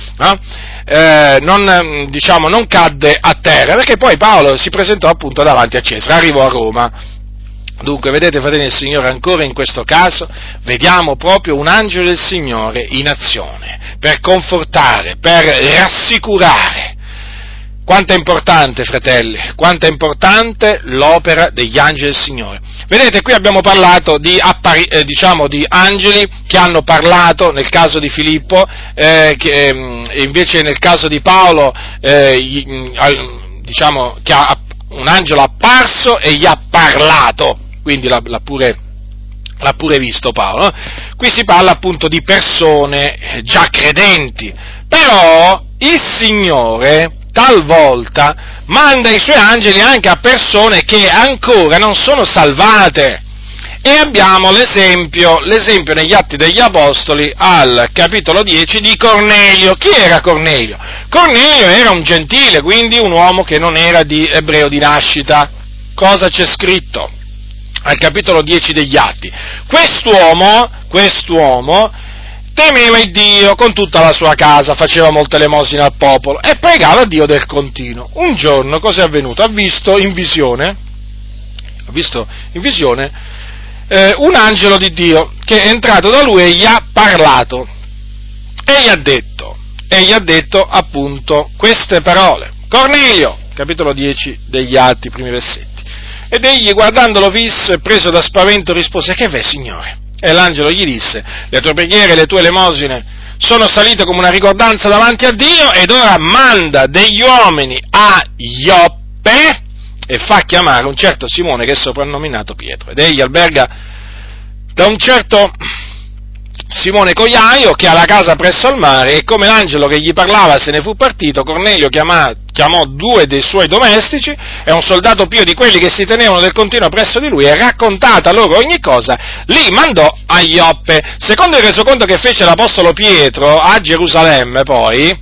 [SPEAKER 1] non cadde a terra, perché poi Paolo si presentò appunto davanti a Cesare, arrivò a Roma. Dunque, vedete, fratelli del Signore, ancora in questo caso vediamo proprio un angelo del Signore in azione, per confortare, per rassicurare. Quanto è importante, fratelli, quanto è importante l'opera degli angeli del Signore. Vedete, qui abbiamo parlato di angeli che hanno parlato nel caso di Filippo, invece nel caso di Paolo, che un angelo apparso e gli ha parlato, quindi l'ha pure visto Paolo. Qui si parla appunto di persone già credenti, però il Signore talvolta manda i suoi angeli anche a persone che ancora non sono salvate. E abbiamo l'esempio negli Atti degli Apostoli al capitolo 10 di Cornelio. Chi era Cornelio? Cornelio era un gentile, quindi un uomo che non era di ebreo di nascita. Cosa c'è scritto al capitolo 10 degli Atti? Quest'uomo temeva il Dio con tutta la sua casa, faceva molte elemosine al popolo e pregava Dio del continuo. Un giorno cosa è avvenuto? Ha visto in visione un angelo di Dio che è entrato da lui e gli ha parlato e gli ha detto appunto queste parole: Cornelio, capitolo 10 degli Atti, primi versetti. Ed egli, guardandolo fisso e preso da spavento, rispose: che v'è, Signore? E l'angelo gli disse: le tue preghiere e le tue elemosine sono salite come una ricordanza davanti a Dio, ed ora manda degli uomini a Ioppe e fa chiamare un certo Simone che è soprannominato Pietro, ed egli alberga da un certo Simone Cogliaio che ha la casa presso al mare. E come l'angelo che gli parlava se ne fu partito, Cornelio chiamò 2 dei suoi domestici e un soldato pio di quelli che si tenevano del continuo presso di lui, e raccontata loro ogni cosa, li mandò a Ioppe. Secondo il resoconto che fece l'apostolo Pietro a Gerusalemme poi,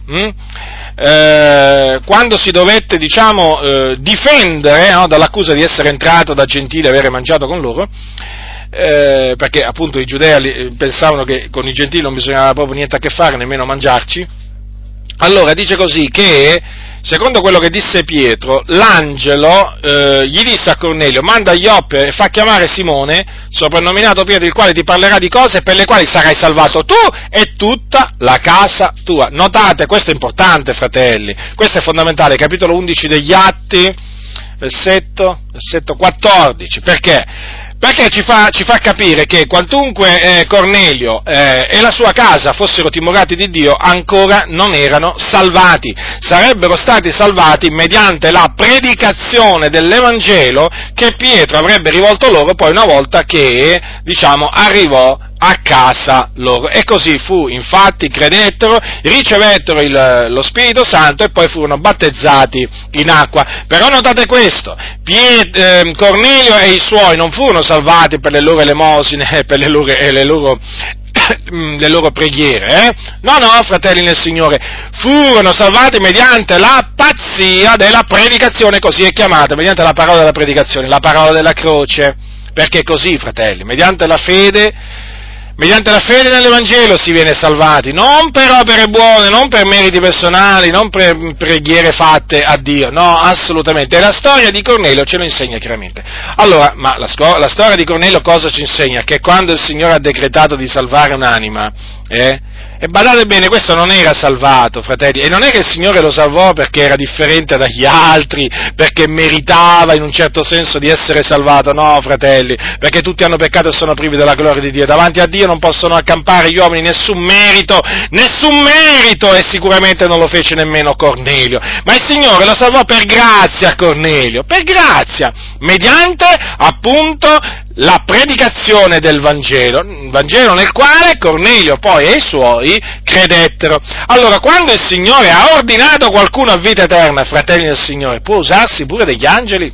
[SPEAKER 1] quando si dovette, difendere dall'accusa di essere entrato da gentili e avere mangiato con loro, perché appunto i giudei pensavano che con i gentili non bisognava proprio niente a che fare, nemmeno mangiarci. Allora dice così che, secondo quello che disse Pietro, l'angelo gli disse a Cornelio: manda a Ioppe e fa chiamare Simone, soprannominato Pietro, il quale ti parlerà di cose per le quali sarai salvato tu e tutta la casa tua. Notate, questo è importante, fratelli, questo è fondamentale, capitolo 11 degli Atti, versetto 14, perché? Perché ci fa capire che quantunque Cornelio e la sua casa fossero timorati di Dio, ancora non erano salvati. Sarebbero stati salvati mediante la predicazione dell'Evangelo che Pietro avrebbe rivolto loro poi una volta che, arrivò a casa loro. E così fu, infatti, credettero, ricevettero lo Spirito Santo e poi furono battezzati in acqua. Però notate questo: Cornelio e i suoi non furono salvati per le loro elemosine e per le loro preghiere, No, fratelli nel Signore, furono salvati mediante la pazzia della predicazione, così è chiamata, mediante la parola della predicazione, la parola della croce. Perché così, fratelli, mediante la fede nell'Evangelo si viene salvati, non per opere buone, non per meriti personali, non per preghiere fatte a Dio, no, assolutamente. E la storia di Cornelio ce lo insegna chiaramente. Allora, ma la storia di Cornelio cosa ci insegna? Che quando il Signore ha decretato di salvare un'anima, e badate bene, questo non era salvato, fratelli, e non è che il Signore lo salvò perché era differente dagli altri, perché meritava in un certo senso di essere salvato, no, fratelli, perché tutti hanno peccato e sono privi della gloria di Dio. Davanti a Dio non possono accampare gli uomini nessun merito, e sicuramente non lo fece nemmeno Cornelio, ma il Signore lo salvò per grazia a Cornelio, per grazia, mediante appunto la predicazione del Vangelo nel quale Cornelio poi e i suoi credettero. Allora, quando il Signore ha ordinato qualcuno a vita eterna, fratelli del Signore, può usarsi pure degli angeli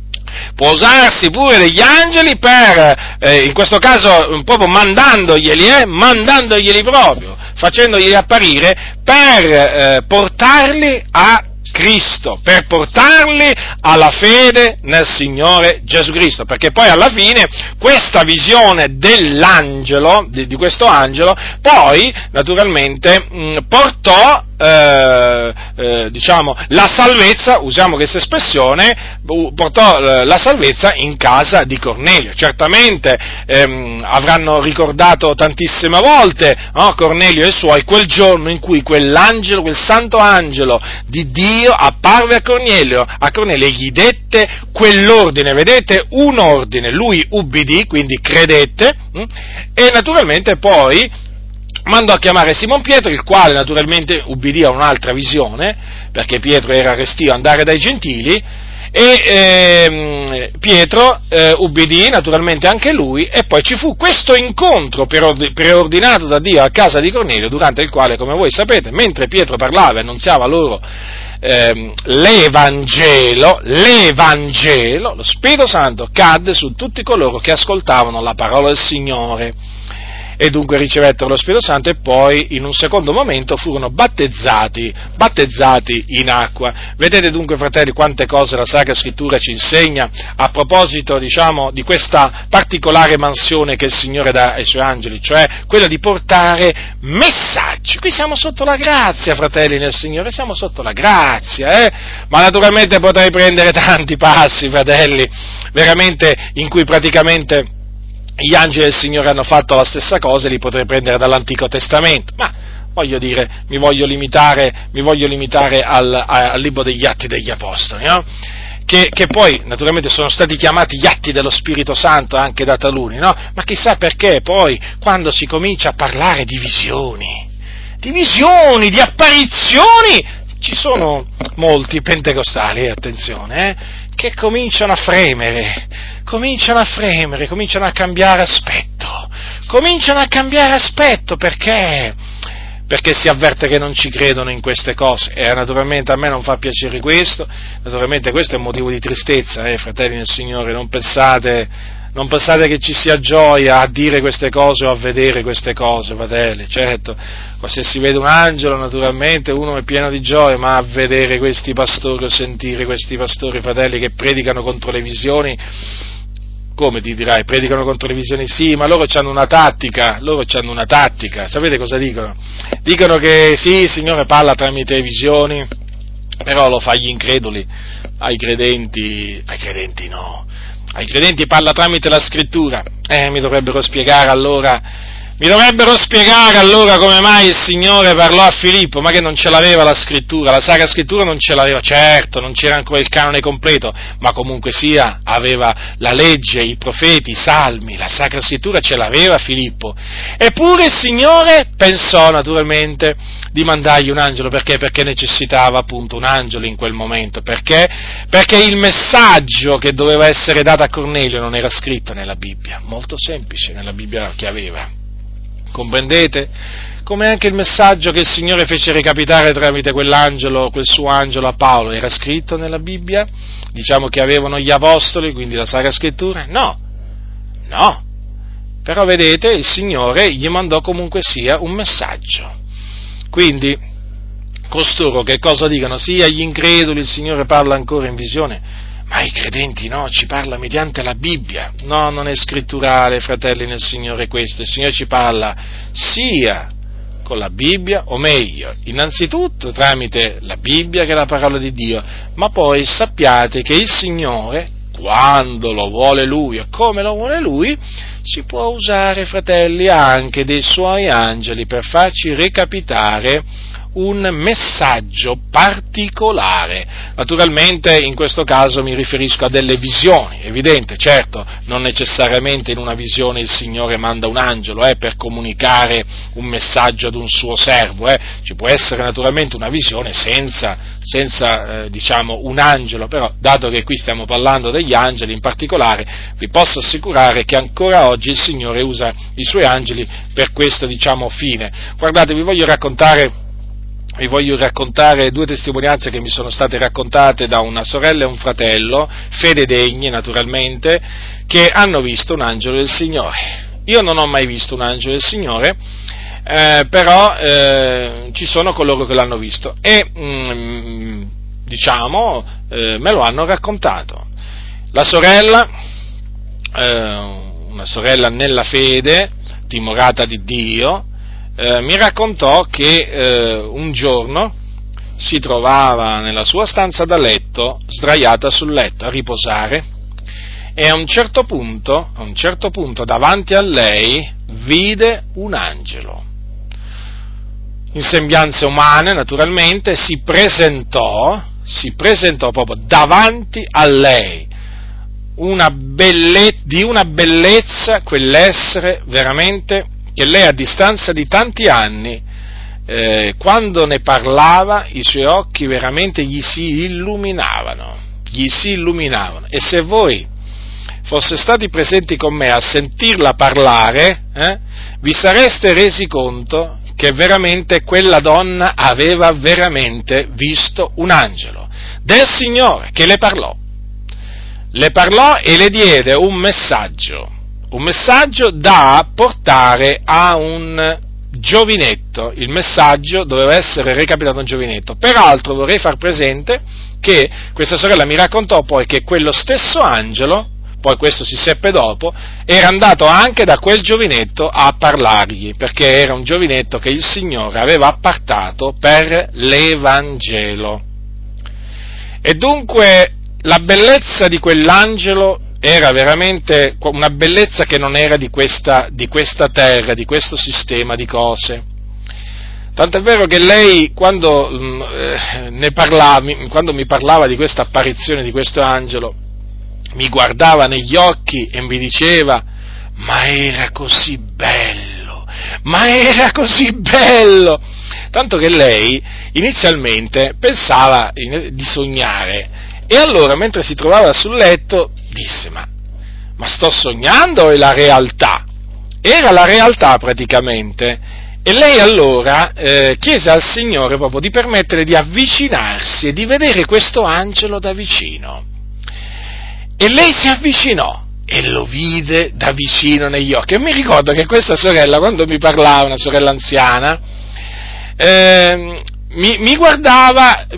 [SPEAKER 1] per, in questo caso, proprio mandandoglieli proprio, facendoglieli apparire per portarli a Cristo, per portarli alla fede nel Signore Gesù Cristo, perché poi alla fine questa visione dell'angelo, di questo angelo, poi naturalmente portò la salvezza, usiamo questa espressione, portò la salvezza in casa di Cornelio. Certamente avranno ricordato tantissime volte, Cornelio e i suoi, quel giorno in cui quell'angelo, quel santo angelo di Dio apparve a Cornelio e gli dette quell'ordine, vedete, un ordine, lui ubbidì, quindi credette, e naturalmente poi mandò a chiamare Simon Pietro, il quale naturalmente ubbidì a un'altra visione, perché Pietro era restio a andare dai gentili, e Pietro ubbidì naturalmente anche lui, e poi ci fu questo incontro preordinato da Dio a casa di Cornelio, durante il quale, come voi sapete, mentre Pietro parlava e annunziava loro l'Evangelo, lo Spirito Santo cadde su tutti coloro che ascoltavano la parola del Signore. E dunque ricevettero lo Spirito Santo e poi in un secondo momento furono battezzati in acqua. Vedete dunque, fratelli, quante cose la Sacra Scrittura ci insegna a proposito, di questa particolare mansione che il Signore dà ai Suoi angeli, cioè quella di portare messaggi. Qui siamo sotto la grazia, fratelli nel Signore, siamo sotto la grazia, ma naturalmente potrei prendere tanti passi, fratelli, veramente, in cui praticamente gli angeli del Signore hanno fatto la stessa cosa, e li potrei prendere dall'Antico Testamento, ma voglio dire, mi voglio limitare al libro degli Atti degli Apostoli, che poi naturalmente sono stati chiamati gli atti dello Spirito Santo anche da taluni, no? Ma chissà perché poi quando si comincia a parlare di visioni, di apparizioni, ci sono molti pentecostali, attenzione, che cominciano a fremere, cominciano a cambiare aspetto, perché si avverte che non ci credono in queste cose, e naturalmente a me non fa piacere questo, naturalmente questo è un motivo di tristezza, fratelli nel Signore, non pensate che ci sia gioia a dire queste cose o a vedere queste cose, fratelli, certo, se si vede un angelo naturalmente uno è pieno di gioia, ma a vedere questi pastori o sentire questi pastori, fratelli, che predicano contro le visioni, come ti dirai, predicano contro le visioni? Sì, ma loro hanno una tattica, sapete cosa dicono? Dicono che sì, il Signore parla tramite visioni, però lo fa agli increduli, ai credenti no, ai credenti parla tramite la scrittura, mi dovrebbero spiegare allora come mai il Signore parlò a Filippo, ma che non ce l'aveva la scrittura, la Sacra Scrittura non ce l'aveva, certo, non c'era ancora il canone completo, ma comunque sia, aveva la legge, i profeti, i salmi, la Sacra Scrittura ce l'aveva Filippo, eppure il Signore pensò naturalmente di mandargli un angelo, perché necessitava appunto un angelo in quel momento, perché il messaggio che doveva essere dato a Cornelio non era scritto nella Bibbia, molto semplice, nella Bibbia che aveva. Comprendete? Come anche il messaggio che il Signore fece recapitare tramite quel suo angelo a Paolo, era scritto nella Bibbia? Diciamo che avevano gli apostoli, quindi la Sacra Scrittura? No. Però vedete, il Signore gli mandò comunque sia un messaggio. Quindi, costoro che cosa dicono? Sì, agli increduli il Signore parla ancora in visione, ma ai credenti no, ci parla mediante la Bibbia. No, non è scritturale, fratelli nel Signore, questo. Il Signore ci parla sia con la Bibbia, o meglio, innanzitutto tramite la Bibbia, che è la parola di Dio, ma poi sappiate che il Signore, quando lo vuole Lui e come lo vuole Lui, si può usare, fratelli, anche dei Suoi angeli per farci recapitare un messaggio particolare. Naturalmente in questo caso mi riferisco a delle visioni, evidente, certo, non necessariamente in una visione il Signore manda un angelo per comunicare un messaggio ad un suo servo, ci può essere naturalmente una visione senza diciamo un angelo, però dato che qui stiamo parlando degli angeli in particolare, vi posso assicurare che ancora oggi il Signore usa i Suoi angeli per questo, diciamo, fine. Guardate, vi voglio raccontare due testimonianze che mi sono state raccontate da una sorella e un fratello, fededegni naturalmente, che hanno visto un angelo del Signore. Io non ho mai visto un angelo del Signore, però ci sono coloro che l'hanno visto e me lo hanno raccontato. La sorella, una sorella nella fede, timorata di Dio, mi raccontò che un giorno si trovava nella sua stanza da letto, sdraiata sul letto, a riposare, e a un certo punto davanti a lei vide un angelo. In sembianze umane, naturalmente, si presentò proprio davanti a lei, di una bellezza, quell'essere veramente, che lei a distanza di tanti anni, quando ne parlava, i suoi occhi veramente gli si illuminavano, e se voi foste stati presenti con me a sentirla parlare, vi sareste resi conto che veramente quella donna aveva veramente visto un angelo del Signore che le parlò e le diede un messaggio da portare a un giovinetto. Il messaggio doveva essere recapitato a un giovinetto. Peraltro vorrei far presente che questa sorella mi raccontò poi che quello stesso angelo, poi questo si seppe dopo, era andato anche da quel giovinetto a parlargli, perché era un giovinetto che il Signore aveva appartato per l'Evangelo. E dunque la bellezza di quell'angelo era veramente una bellezza che non era di questa terra, di questo sistema di cose. Tant'è vero che lei, quando mi parlava di questa apparizione di questo angelo, mi guardava negli occhi e mi diceva: ma era così bello, ma era così bello! Tanto che lei inizialmente pensava di sognare, e allora, mentre si trovava sul letto, disse: ma sto sognando o è la realtà? Era la realtà praticamente. E lei allora chiese al Signore proprio di permettere di avvicinarsi e di vedere questo angelo da vicino. E lei si avvicinò e lo vide da vicino negli occhi. E mi ricordo che questa sorella, quando mi parlava, una sorella anziana, mi guardava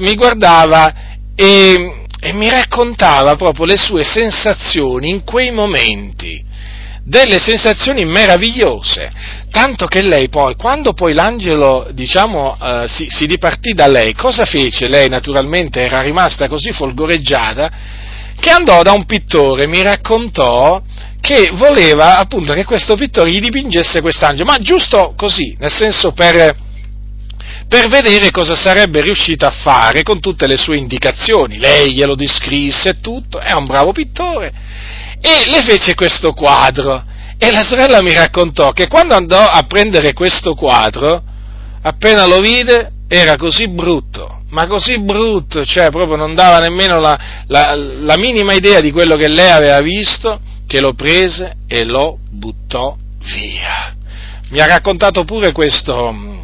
[SPEAKER 1] e mi raccontava proprio le sue sensazioni in quei momenti, delle sensazioni meravigliose, tanto che lei poi, quando poi l'angelo, si dipartì da lei, cosa fece? Lei naturalmente era rimasta così folgoreggiata che andò da un pittore, mi raccontò che voleva appunto che questo pittore gli dipingesse quest'angelo, ma giusto così, nel senso per vedere cosa sarebbe riuscito a fare con tutte le sue indicazioni. Lei glielo descrisse e tutto, è un bravo pittore, e le fece questo quadro, e la sorella mi raccontò che quando andò a prendere questo quadro, appena lo vide, era così brutto, ma così brutto, cioè proprio non dava nemmeno la minima idea di quello che lei aveva visto, che lo prese e lo buttò via. Mi ha raccontato pure questo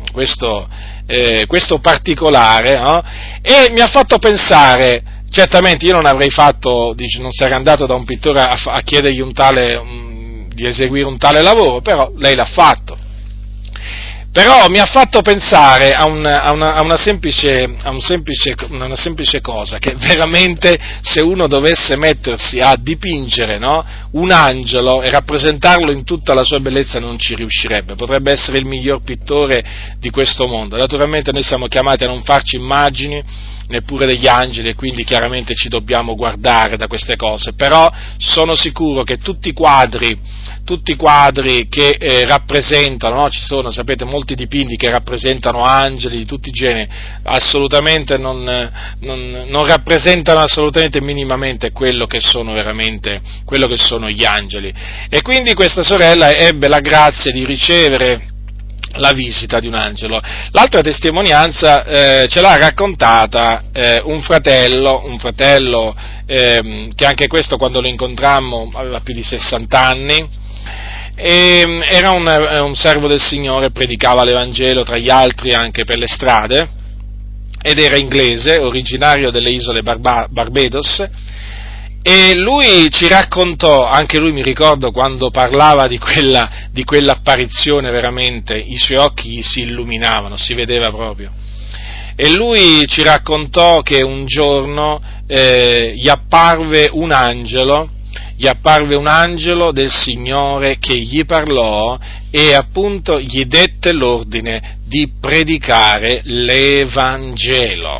[SPEAKER 1] particolare, no? E mi ha fatto pensare. Certamente io non avrei fatto, non sarei andato da un pittore a chiedergli di eseguire un tale lavoro, però lei l'ha fatto. Però mi ha fatto pensare a una semplice cosa, che veramente se uno dovesse mettersi a dipingere, no, un angelo e rappresentarlo in tutta la sua bellezza non ci riuscirebbe, potrebbe essere il miglior pittore di questo mondo. Naturalmente noi siamo chiamati a non farci immagini neppure degli angeli, e quindi chiaramente ci dobbiamo guardare da queste cose, però sono sicuro che tutti i quadri che rappresentano, no? Ci sono, sapete, molti dipinti che rappresentano angeli di tutti i generi, assolutamente non rappresentano assolutamente minimamente quello che sono gli angeli. E quindi questa sorella ebbe la grazia di ricevere la visita di un angelo. L'altra testimonianza ce l'ha raccontata un fratello che anche questo, quando lo incontrammo, aveva più di 60 anni, era un servo del Signore, predicava l'Evangelo tra gli altri anche per le strade, ed era inglese, originario delle isole Barbados. E lui ci raccontò, anche lui mi ricordo quando parlava di quell'apparizione, veramente i suoi occhi si illuminavano, si vedeva proprio. E lui ci raccontò che un giorno gli apparve un angelo del Signore che gli parlò e appunto gli dette l'ordine di predicare l'Evangelo.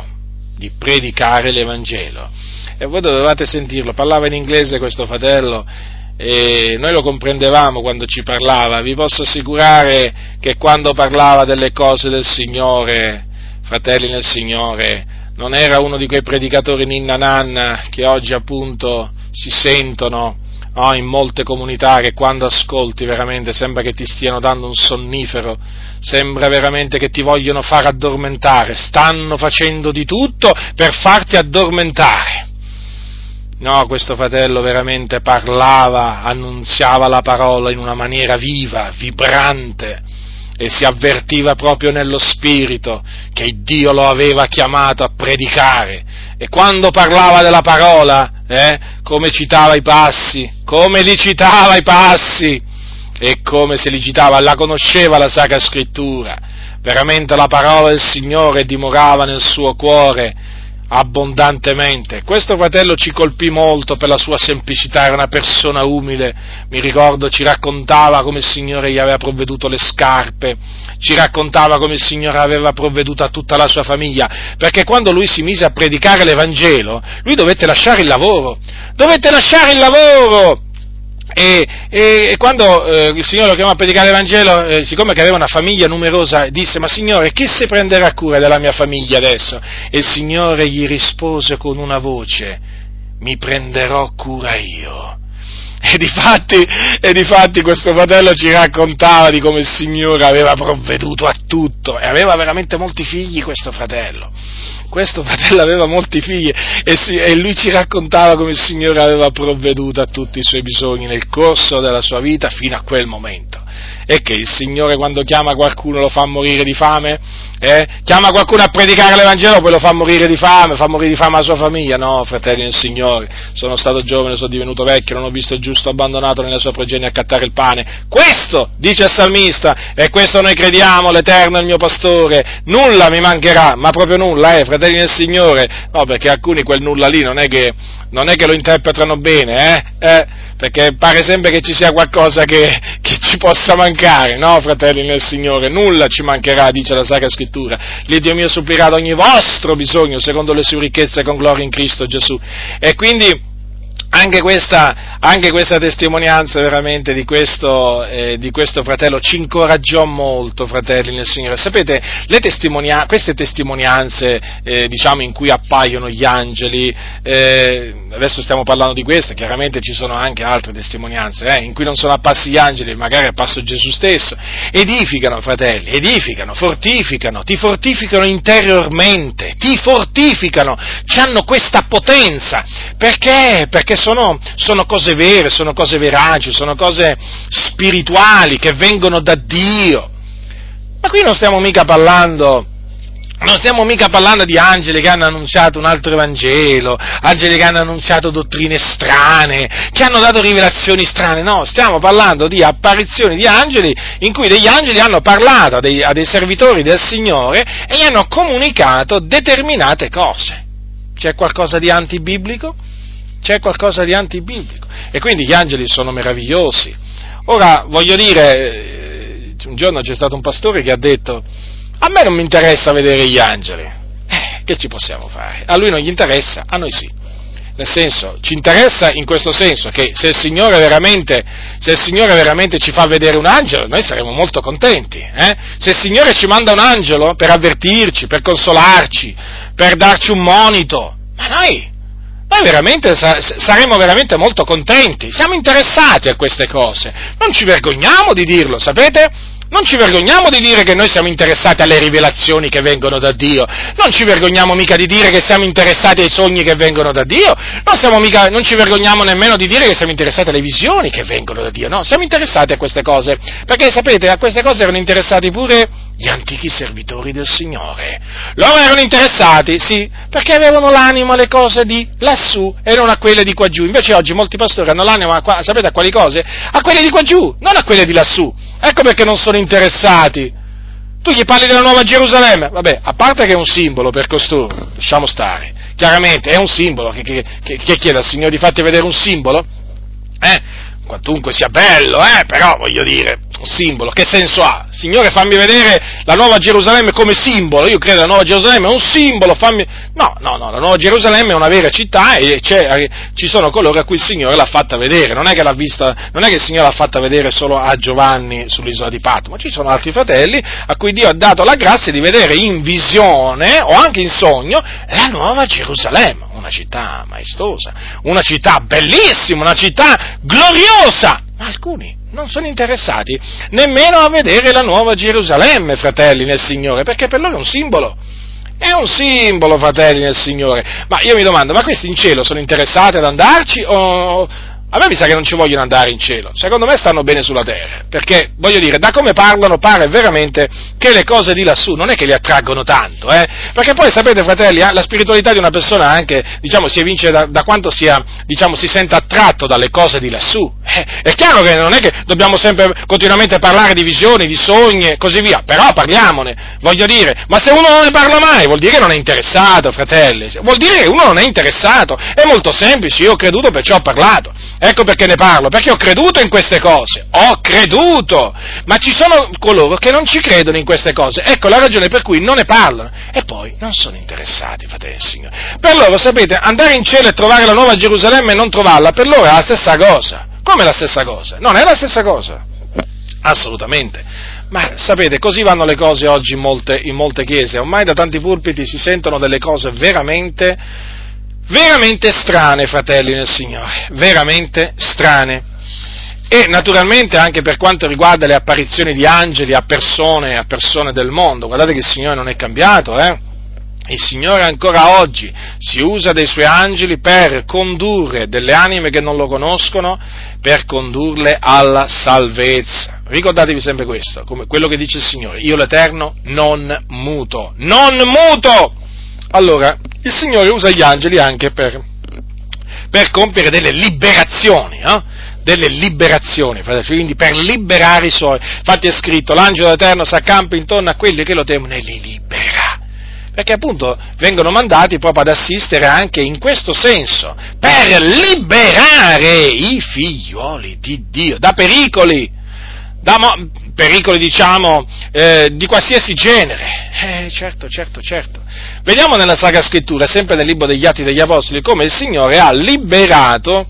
[SPEAKER 1] E voi dovevate sentirlo, parlava in inglese questo fratello, e noi lo comprendevamo quando ci parlava. Vi posso assicurare che quando parlava delle cose del Signore, fratelli nel Signore, non era uno di quei predicatori ninna nanna che oggi appunto si sentono in molte comunità, che quando ascolti veramente sembra che ti stiano dando un sonnifero, sembra veramente che ti vogliono far addormentare, stanno facendo di tutto per farti addormentare. No, questo fratello veramente parlava, annunziava la parola in una maniera viva, vibrante, e si avvertiva proprio nello spirito che Dio lo aveva chiamato a predicare. E quando parlava della parola, come citava i passi, e come se li citava, la conosceva la Sacra Scrittura. Veramente la parola del Signore dimorava nel suo cuore abbondantemente. Questo fratello ci colpì molto per la sua semplicità, era una persona umile. Mi ricordo, ci raccontava come il Signore gli aveva provveduto le scarpe, ci raccontava come il Signore aveva provveduto a tutta la sua famiglia, perché quando lui si mise a predicare l'Evangelo, lui dovette lasciare il lavoro, E quando il Signore lo chiamò a predicare l'Evangelo, siccome che aveva una famiglia numerosa, disse: ma Signore, chi si prenderà cura della mia famiglia adesso? E il Signore gli rispose con una voce: mi prenderò cura io. E difatti questo fratello ci raccontava di come il Signore aveva provveduto a tutto, e aveva veramente molti figli questo fratello aveva molti figli, e lui ci raccontava come il Signore aveva provveduto a tutti i suoi bisogni nel corso della sua vita fino a quel momento. E che il Signore, quando chiama qualcuno, lo fa morire di fame? Chiama qualcuno a predicare l'Evangelo, poi lo fa morire di fame la sua famiglia? No, fratelli del Signore, sono stato giovane, sono divenuto vecchio, non ho visto il giusto abbandonato nella sua progenie a accattare il pane. Questo, dice il salmista, e questo noi crediamo: l'Eterno è il mio pastore, nulla mi mancherà, ma proprio nulla, fratelli del Signore. No, perché alcuni quel nulla lì non è che lo interpretano bene, perché pare sempre che ci sia qualcosa che ci possa mancare. No, fratelli nel Signore, nulla ci mancherà, dice la Sacra Scrittura. L'Iddio mio supplirà ad ogni vostro bisogno secondo le sue ricchezze con gloria in Cristo Gesù. E quindi anche questa testimonianza veramente di questo fratello ci incoraggiò molto, fratelli nel Signore. Sapete, queste testimonianze, in cui appaiono gli angeli, adesso stiamo parlando di queste, chiaramente ci sono anche altre testimonianze, in cui non sono apparsi gli angeli, magari è apparso Gesù stesso. Edificano, fratelli, fortificano, ti fortificano interiormente, hanno questa potenza. Perché? Perché sono cose vere, sono cose veraci, sono cose spirituali che vengono da Dio. Ma qui non stiamo mica parlando di angeli che hanno annunciato un altro Evangelo, angeli che hanno annunciato dottrine strane, che hanno dato rivelazioni strane. No, stiamo parlando di apparizioni di angeli in cui degli angeli hanno parlato a dei servitori del Signore e gli hanno comunicato determinate cose. C'è qualcosa di antibiblico? C'è qualcosa di antibiblico. E quindi gli angeli sono meravigliosi. Ora, voglio dire, un giorno c'è stato un pastore che ha detto: a me non mi interessa vedere gli angeli. Che ci possiamo fare? A lui non gli interessa, a noi sì. Nel senso, ci interessa in questo senso, che se il Signore veramente ci fa vedere un angelo, noi saremo molto contenti. Se il Signore ci manda un angelo per avvertirci, per consolarci, per darci un monito, ma noi veramente saremo veramente molto contenti, siamo interessati a queste cose, non ci vergogniamo di dirlo, sapete? Non ci vergogniamo di dire che noi siamo interessati alle rivelazioni che vengono da Dio, non ci vergogniamo mica di dire che siamo interessati ai sogni che vengono da Dio, non ci vergogniamo nemmeno di dire che siamo interessati alle visioni che vengono da Dio, no, siamo interessati a queste cose, perché sapete, a queste cose erano interessati pure gli antichi servitori del Signore. Loro erano interessati, sì, perché avevano l'animo alle cose di lassù e non a quelle di qua giù. Invece oggi molti pastori hanno l'animo, sapete a quali cose? A quelle di qua giù, non a quelle di lassù. Ecco perché non sono interessati. Tu gli parli della Nuova Gerusalemme, vabbè, a parte che è un simbolo per costoro, lasciamo stare, chiaramente è un simbolo, che chiede al Signore di farti vedere un simbolo? Quantunque sia bello, però voglio dire, un simbolo, che senso ha? Signore, fammi vedere la Nuova Gerusalemme come simbolo, io credo che la Nuova Gerusalemme è un simbolo, No, la Nuova Gerusalemme è una vera città e ci sono coloro a cui il Signore l'ha fatta vedere, non è che il Signore l'ha fatta vedere solo a Giovanni sull'isola di Patmo, ma ci sono altri fratelli a cui Dio ha dato la grazia di vedere in visione o anche in sogno la Nuova Gerusalemme, una città maestosa, una città bellissima, una città gloriosa, ma alcuni non sono interessati nemmeno a vedere la Nuova Gerusalemme, fratelli nel Signore, perché per loro è un simbolo. È un simbolo, fratelli nel Signore. Ma io mi domando, ma questi in cielo sono interessati ad andarci o... A me mi sa che non ci vogliono andare in cielo, secondo me stanno bene sulla terra, perché, voglio dire, da come parlano pare veramente che le cose di lassù non è che li attraggono tanto, perché poi sapete, fratelli, la spiritualità di una persona anche, si evince da quanto sia, si sente attratto dalle cose di lassù. È chiaro che non è che dobbiamo sempre continuamente parlare di visioni, di sogni e così via, però parliamone, voglio dire, ma se uno non ne parla mai vuol dire che non è interessato, fratelli, vuol dire che uno non è interessato, è molto semplice, io ho creduto perciò ho parlato. Ecco perché ne parlo, perché ho creduto in queste cose, ma ci sono coloro che non ci credono in queste cose, ecco la ragione per cui non ne parlano, e poi non sono interessati, fratelli del Signore. Per loro, sapete, andare in cielo e trovare la Nuova Gerusalemme e non trovarla, per loro è la stessa cosa, Come la stessa cosa? Non è la stessa cosa, assolutamente. Ma sapete, così vanno le cose oggi in molte chiese. Ormai da tanti pulpiti si sentono delle cose veramente, veramente strane, fratelli nel Signore, veramente strane. E naturalmente anche per quanto riguarda le apparizioni di angeli a persone del mondo. Guardate che il Signore non è cambiato, Il Signore ancora oggi si usa dei Suoi angeli per condurre delle anime che non lo conoscono, per condurle alla salvezza. Ricordatevi sempre questo, come quello che dice il Signore: io l'Eterno non muto, non muto! Allora, il Signore usa gli angeli anche per compiere delle liberazioni, delle liberazioni, quindi per liberare i Suoi. Infatti è scritto: l'angelo dell'Eterno s'accampa intorno a quelli che lo temono e li libera. Perché appunto vengono mandati proprio ad assistere anche in questo senso, per liberare i figlioli di Dio da pericoli, pericoli diciamo di qualsiasi genere. Certo. Vediamo nella Sacra Scrittura, sempre nel libro degli Atti degli Apostoli, come il Signore ha liberato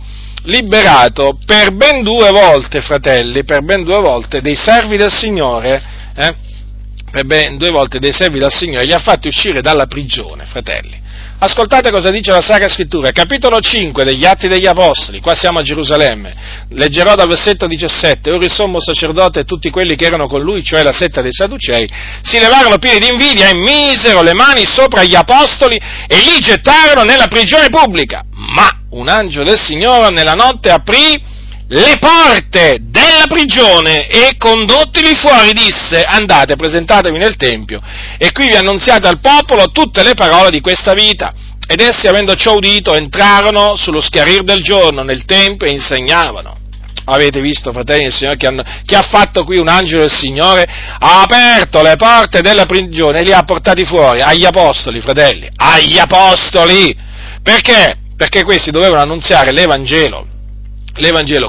[SPEAKER 1] per ben 2 volte, fratelli, per ben 2 volte dei servi del Signore, per ben 2 volte dei servi del Signore, li ha fatti uscire dalla prigione, fratelli. Ascoltate cosa dice la Sacra Scrittura, capitolo 5 degli Atti degli Apostoli, qua siamo a Gerusalemme, leggerò dal versetto 17, ora il sommo sacerdote e tutti quelli che erano con lui, cioè la setta dei Sadducei, si levarono pieni di invidia e misero le mani sopra gli apostoli e li gettarono nella prigione pubblica, ma un angelo del Signore nella notte aprì le porte della prigione e condottili fuori disse: andate, presentatevi nel Tempio e qui vi annunziate al popolo tutte le parole di questa vita. Ed essi, avendo ciò udito, entrarono sullo schiarir del giorno nel Tempio e insegnavano. Avete visto, fratelli del Signore, che ha fatto qui un angelo del Signore? Ha aperto le porte della prigione e li ha portati fuori agli apostoli, fratelli, agli apostoli. Perché? Perché questi dovevano annunziare l'Evangelo. L'Evangelo,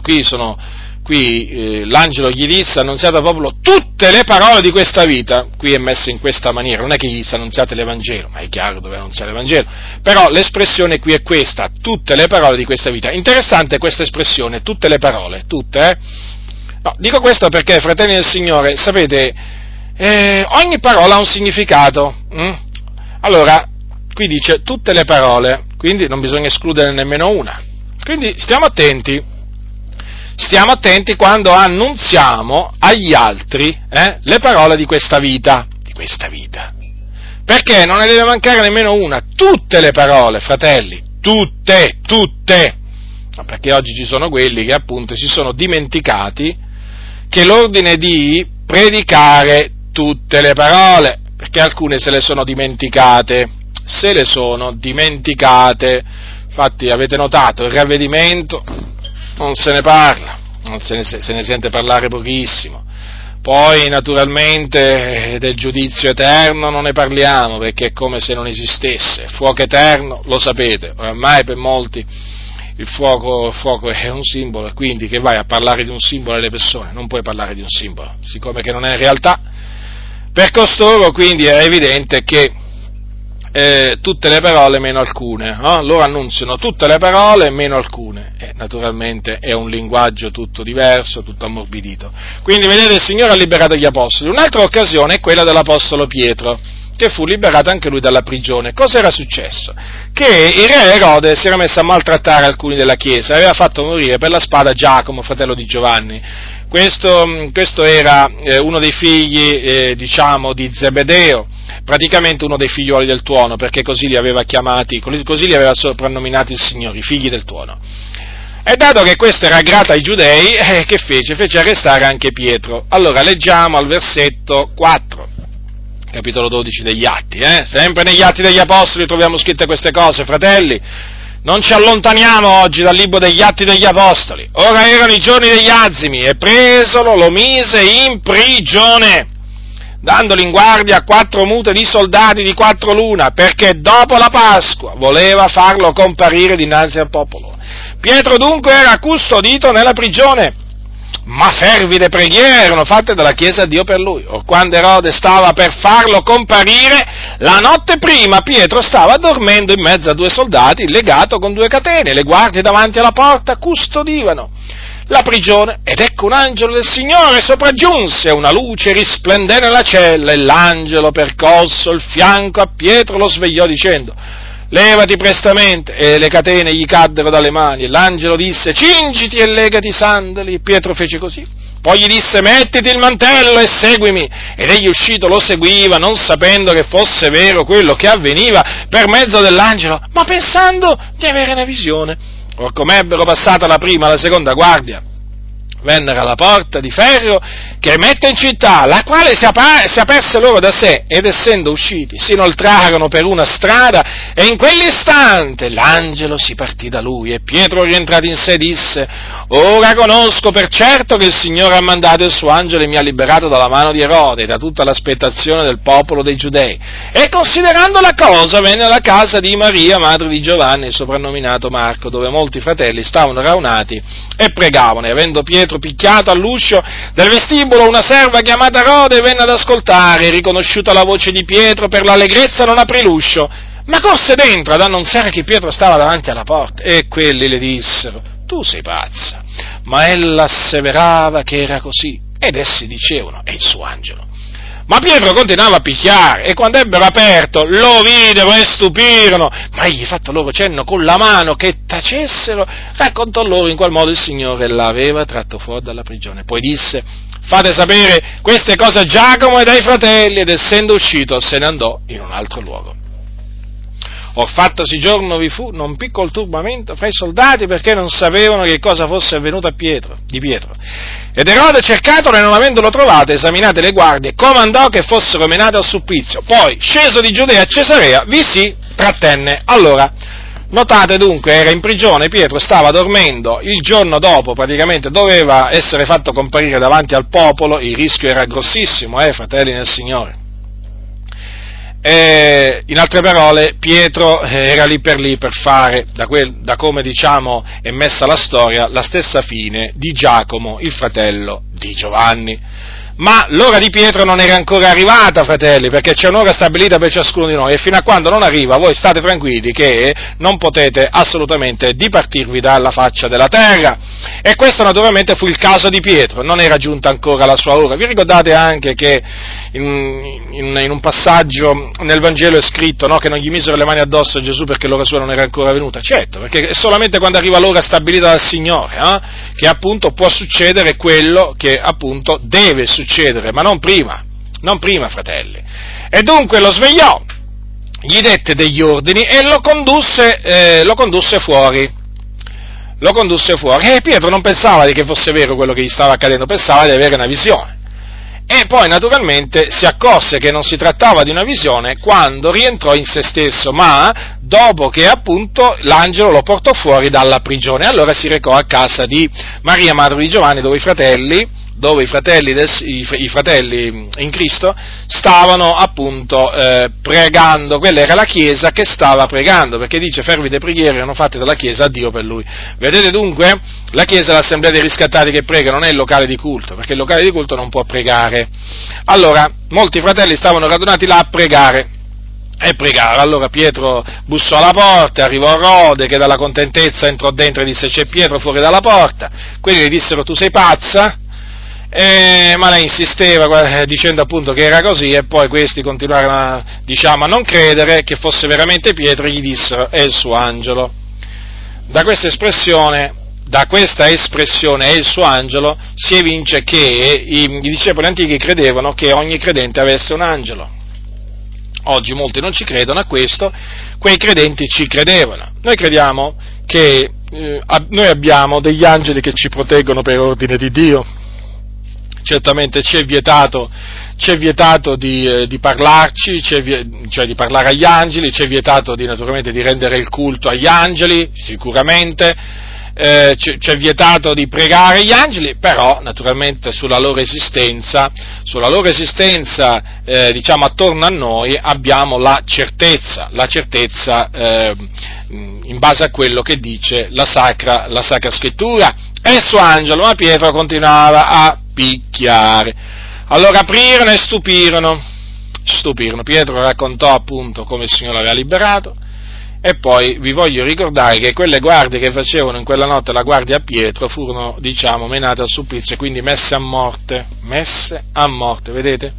[SPEAKER 1] qui l'angelo gli disse: annunziate al popolo tutte le parole di questa vita. Qui è messo in questa maniera, non è che gli disse annunziate l'Evangelo, ma è chiaro dove annunziare l'Evangelo, però l'espressione qui è questa: tutte le parole di questa vita. Interessante questa espressione, tutte le parole, tutte, No, dico questo perché, fratelli del Signore, sapete, ogni parola ha un significato, Allora, qui dice tutte le parole, quindi non bisogna escludere nemmeno una, quindi stiamo attenti quando annunziamo agli altri le parole di questa vita, perché non ne deve mancare nemmeno una, tutte le parole, fratelli, tutte, perché oggi ci sono quelli che appunto si sono dimenticati che l'ordine di predicare tutte le parole, perché alcune se le sono dimenticate, infatti avete notato il ravvedimento, non se ne parla, se ne sente parlare pochissimo. Poi naturalmente del giudizio eterno non ne parliamo, perché è come se non esistesse. Fuoco eterno, lo sapete, ormai per molti il fuoco è un simbolo, e quindi che vai a parlare di un simbolo alle persone? Non puoi parlare di un simbolo, siccome che non è realtà. Per costoro quindi è evidente che tutte le parole meno alcune, loro annunziano tutte le parole meno alcune, e naturalmente è un linguaggio tutto diverso, tutto ammorbidito. Quindi vedete, il Signore ha liberato gli apostoli. Un'altra occasione è quella dell'apostolo Pietro, che fu liberato anche lui dalla prigione. Cosa era successo? Che il re Erode si era messo a maltrattare alcuni della Chiesa, aveva fatto morire per la spada Giacomo, fratello di Giovanni. Questo era uno dei figli, di Zebedeo, praticamente uno dei figlioli del tuono, perché così li aveva chiamati, così li aveva soprannominati il Signore, i figli del tuono. E dato che questo era grato ai giudei, che fece? Fece arrestare anche Pietro. Allora leggiamo al versetto 4, capitolo 12 degli Atti, sempre negli Atti degli Apostoli troviamo scritte queste cose, fratelli. Non ci allontaniamo oggi dal libro degli Atti degli Apostoli. Ora erano i giorni degli azimi, e presolo lo mise in prigione, dandoli in guardia a 4 mute di soldati di 4 l'una, perché dopo la Pasqua voleva farlo comparire dinanzi al popolo. Pietro dunque era custodito nella prigione, ma fervide preghiere erano fatte dalla Chiesa a Dio per lui. Or quando Erode stava per farlo comparire, la notte prima Pietro stava dormendo in mezzo a 2 soldati, legato con 2 catene, le guardie davanti alla porta custodivano. la prigione, ed ecco un angelo del Signore sopraggiunse, una luce risplendé nella cella, e l'angelo, percosso il fianco a Pietro, lo svegliò dicendo: levati prestamente, e le catene gli caddero dalle mani, e l'angelo disse: cingiti e legati i sandali, e Pietro fece così. Poi gli disse: mettiti il mantello e seguimi, ed egli uscito lo seguiva, non sapendo che fosse vero quello che avveniva per mezzo dell'angelo, ma pensando di avere una visione. Or come ebbero passata la prima e la seconda guardia, vennero alla porta di ferro che mette in città, la quale si aperse loro da sé, ed essendo usciti si inoltrarono per una strada, e in quell'istante l'angelo si partì da lui, e Pietro, rientrato in sé, disse: ora conosco per certo che il Signore ha mandato il suo angelo e mi ha liberato dalla mano di Erode e da tutta l'aspettazione del popolo dei Giudei. E considerando la cosa, venne alla casa di Maria, madre di Giovanni, soprannominato Marco, dove molti fratelli stavano raunati e pregavano, e avendo Pietro picchiato all'uscio del vestibolo, una serva chiamata Rode venne ad ascoltare, e riconosciuta la voce di Pietro, per l'allegrezza non aprì l'uscio, ma corse dentro ad annunziare che Pietro stava davanti alla porta, e quelli le dissero: tu sei pazza. Ma ella asseverava che era così, ed essi dicevano: è il suo angelo. Ma Pietro continuava a picchiare, e quando ebbero aperto lo videro e stupirono, ma egli, fatto loro cenno con la mano che tacessero, raccontò loro in qual modo il Signore l'aveva tratto fuori dalla prigione. Poi disse: fate sapere queste cose a Giacomo ed ai fratelli, ed essendo uscito se ne andò in un altro luogo. Or fattosi giorno vi fu non piccolo turbamento fra i soldati, perché non sapevano che cosa fosse avvenuto di Pietro. Ed Erode, cercatolo e non avendolo trovato, esaminate le guardie, comandò che fossero menate al supplizio. Poi, sceso di Giudea a Cesarea, vi si trattenne. Allora, notate dunque, era in prigione, Pietro stava dormendo, il giorno dopo praticamente doveva essere fatto comparire davanti al popolo, il rischio era grossissimo, fratelli nel Signore. In altre parole, Pietro era lì per fare, da come diciamo è messa la storia, la stessa fine di Giacomo, il fratello di Giovanni. Ma l'ora di Pietro non era ancora arrivata, fratelli, perché c'è un'ora stabilita per ciascuno di noi, e fino a quando non arriva voi state tranquilli che non potete assolutamente dipartirvi dalla faccia della terra. E questo naturalmente fu il caso di Pietro, non era giunta ancora la sua ora. Vi ricordate anche che in un passaggio nel Vangelo è scritto, no, che non gli misero le mani addosso a Gesù perché l'ora sua non era ancora venuta? Certo, perché è solamente quando arriva l'ora stabilita dal Signore che appunto può succedere quello che appunto deve succedere, ma non prima, fratelli. E dunque lo svegliò, gli dette degli ordini e lo condusse fuori. E Pietro non pensava di che fosse vero quello che gli stava accadendo, pensava di avere una visione. E poi naturalmente si accorse che non si trattava di una visione quando rientrò in se stesso, ma dopo che appunto l'angelo lo portò fuori dalla prigione. Allora si recò a casa di Maria, madre di Giovanni, dove i fratelli in Cristo stavano appunto pregando. Quella era la chiesa che stava pregando, perché dice: fervide preghiere erano fatte dalla chiesa a Dio per lui. Vedete dunque? La chiesa è l'assemblea dei riscattati che prega, non è il locale di culto, perché il locale di culto non può pregare. Allora, molti fratelli stavano radunati là a pregare. E pregare. Allora Pietro bussò alla porta, arrivò Rode, che dalla contentezza entrò dentro e disse: c'è Pietro fuori dalla porta. Quelli gli dissero: tu sei pazza? Ma lei insisteva dicendo appunto che era così, e poi questi continuarono a non credere che fosse veramente Pietro, e gli dissero: è il suo angelo. Da questa espressione è il suo angelo si evince che i discepoli antichi credevano che ogni credente avesse un angelo. Oggi molti non ci credono a questo, quei credenti ci credevano. Noi crediamo che noi abbiamo degli angeli che ci proteggono per ordine di Dio. Certamente ci è vietato di parlarci, cioè di parlare agli angeli, ci è vietato naturalmente di rendere il culto agli angeli, sicuramente, ci è vietato di pregare gli angeli, però naturalmente sulla loro esistenza diciamo attorno a noi abbiamo la certezza in base a quello che dice la Sacra Scrittura. E il suo angelo, ma Pietro continuava a picchiare. Allora aprirono e stupirono. Pietro raccontò appunto come il Signore l'aveva liberato, E poi vi voglio ricordare che quelle guardie che facevano in quella notte la guardia a Pietro furono, menate al supplizio e quindi messe a morte, vedete?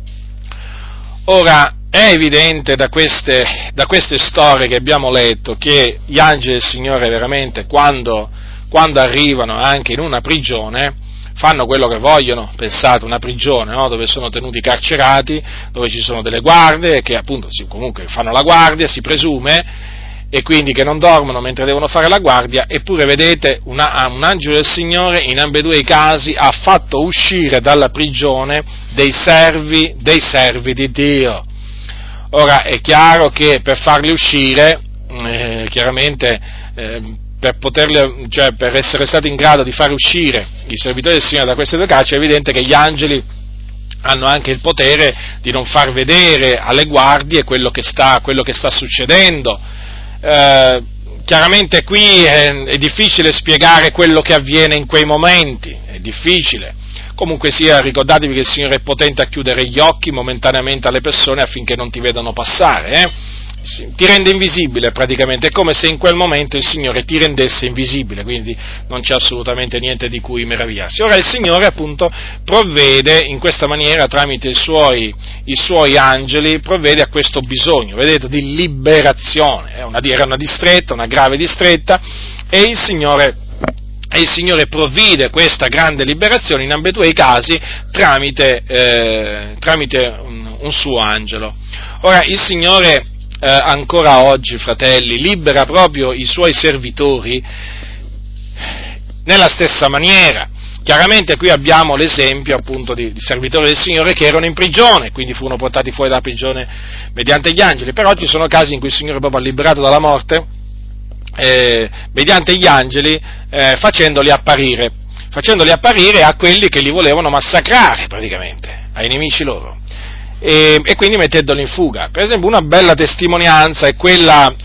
[SPEAKER 1] Ora, è evidente da queste storie che abbiamo letto che gli angeli del Signore veramente, quando arrivano anche in una prigione, fanno quello che vogliono. Pensate, una prigione, no? Dove sono tenuti carcerati, dove ci sono delle guardie che appunto comunque fanno la guardia, si presume, e quindi che non dormono mentre devono fare la guardia. Eppure vedete, un angelo del Signore in ambedue i casi ha fatto uscire dalla prigione dei servi di Dio. Ora è chiaro che per farli uscire, per essere stati in grado di fare uscire i servitori del Signore da queste due carceri, è evidente che gli angeli hanno anche il potere di non far vedere alle guardie quello che sta succedendo. Chiaramente qui è difficile spiegare quello che avviene in quei momenti, è difficile. Comunque sia, ricordatevi che il Signore è potente a chiudere gli occhi momentaneamente alle persone affinché non ti vedano passare, ti rende invisibile praticamente, è come se in quel momento il Signore ti rendesse invisibile, quindi non c'è assolutamente niente di cui meravigliarsi. Ora il Signore appunto provvede in questa maniera, tramite i suoi angeli, provvede a questo bisogno, vedete, di liberazione. Era una distretta, una grave distretta, e il Signore provvide questa grande liberazione in ambedue i casi tramite un suo angelo. Ora il Signore ancora oggi, fratelli, libera proprio i suoi servitori nella stessa maniera. Chiaramente qui abbiamo l'esempio appunto di servitori del Signore che erano in prigione, quindi furono portati fuori dalla prigione mediante gli angeli, però ci sono casi in cui il Signore proprio ha liberato dalla morte mediante gli angeli, facendoli apparire a quelli che li volevano massacrare praticamente, ai nemici loro. E quindi mettendoli in fuga. Per esempio, una bella testimonianza è quella,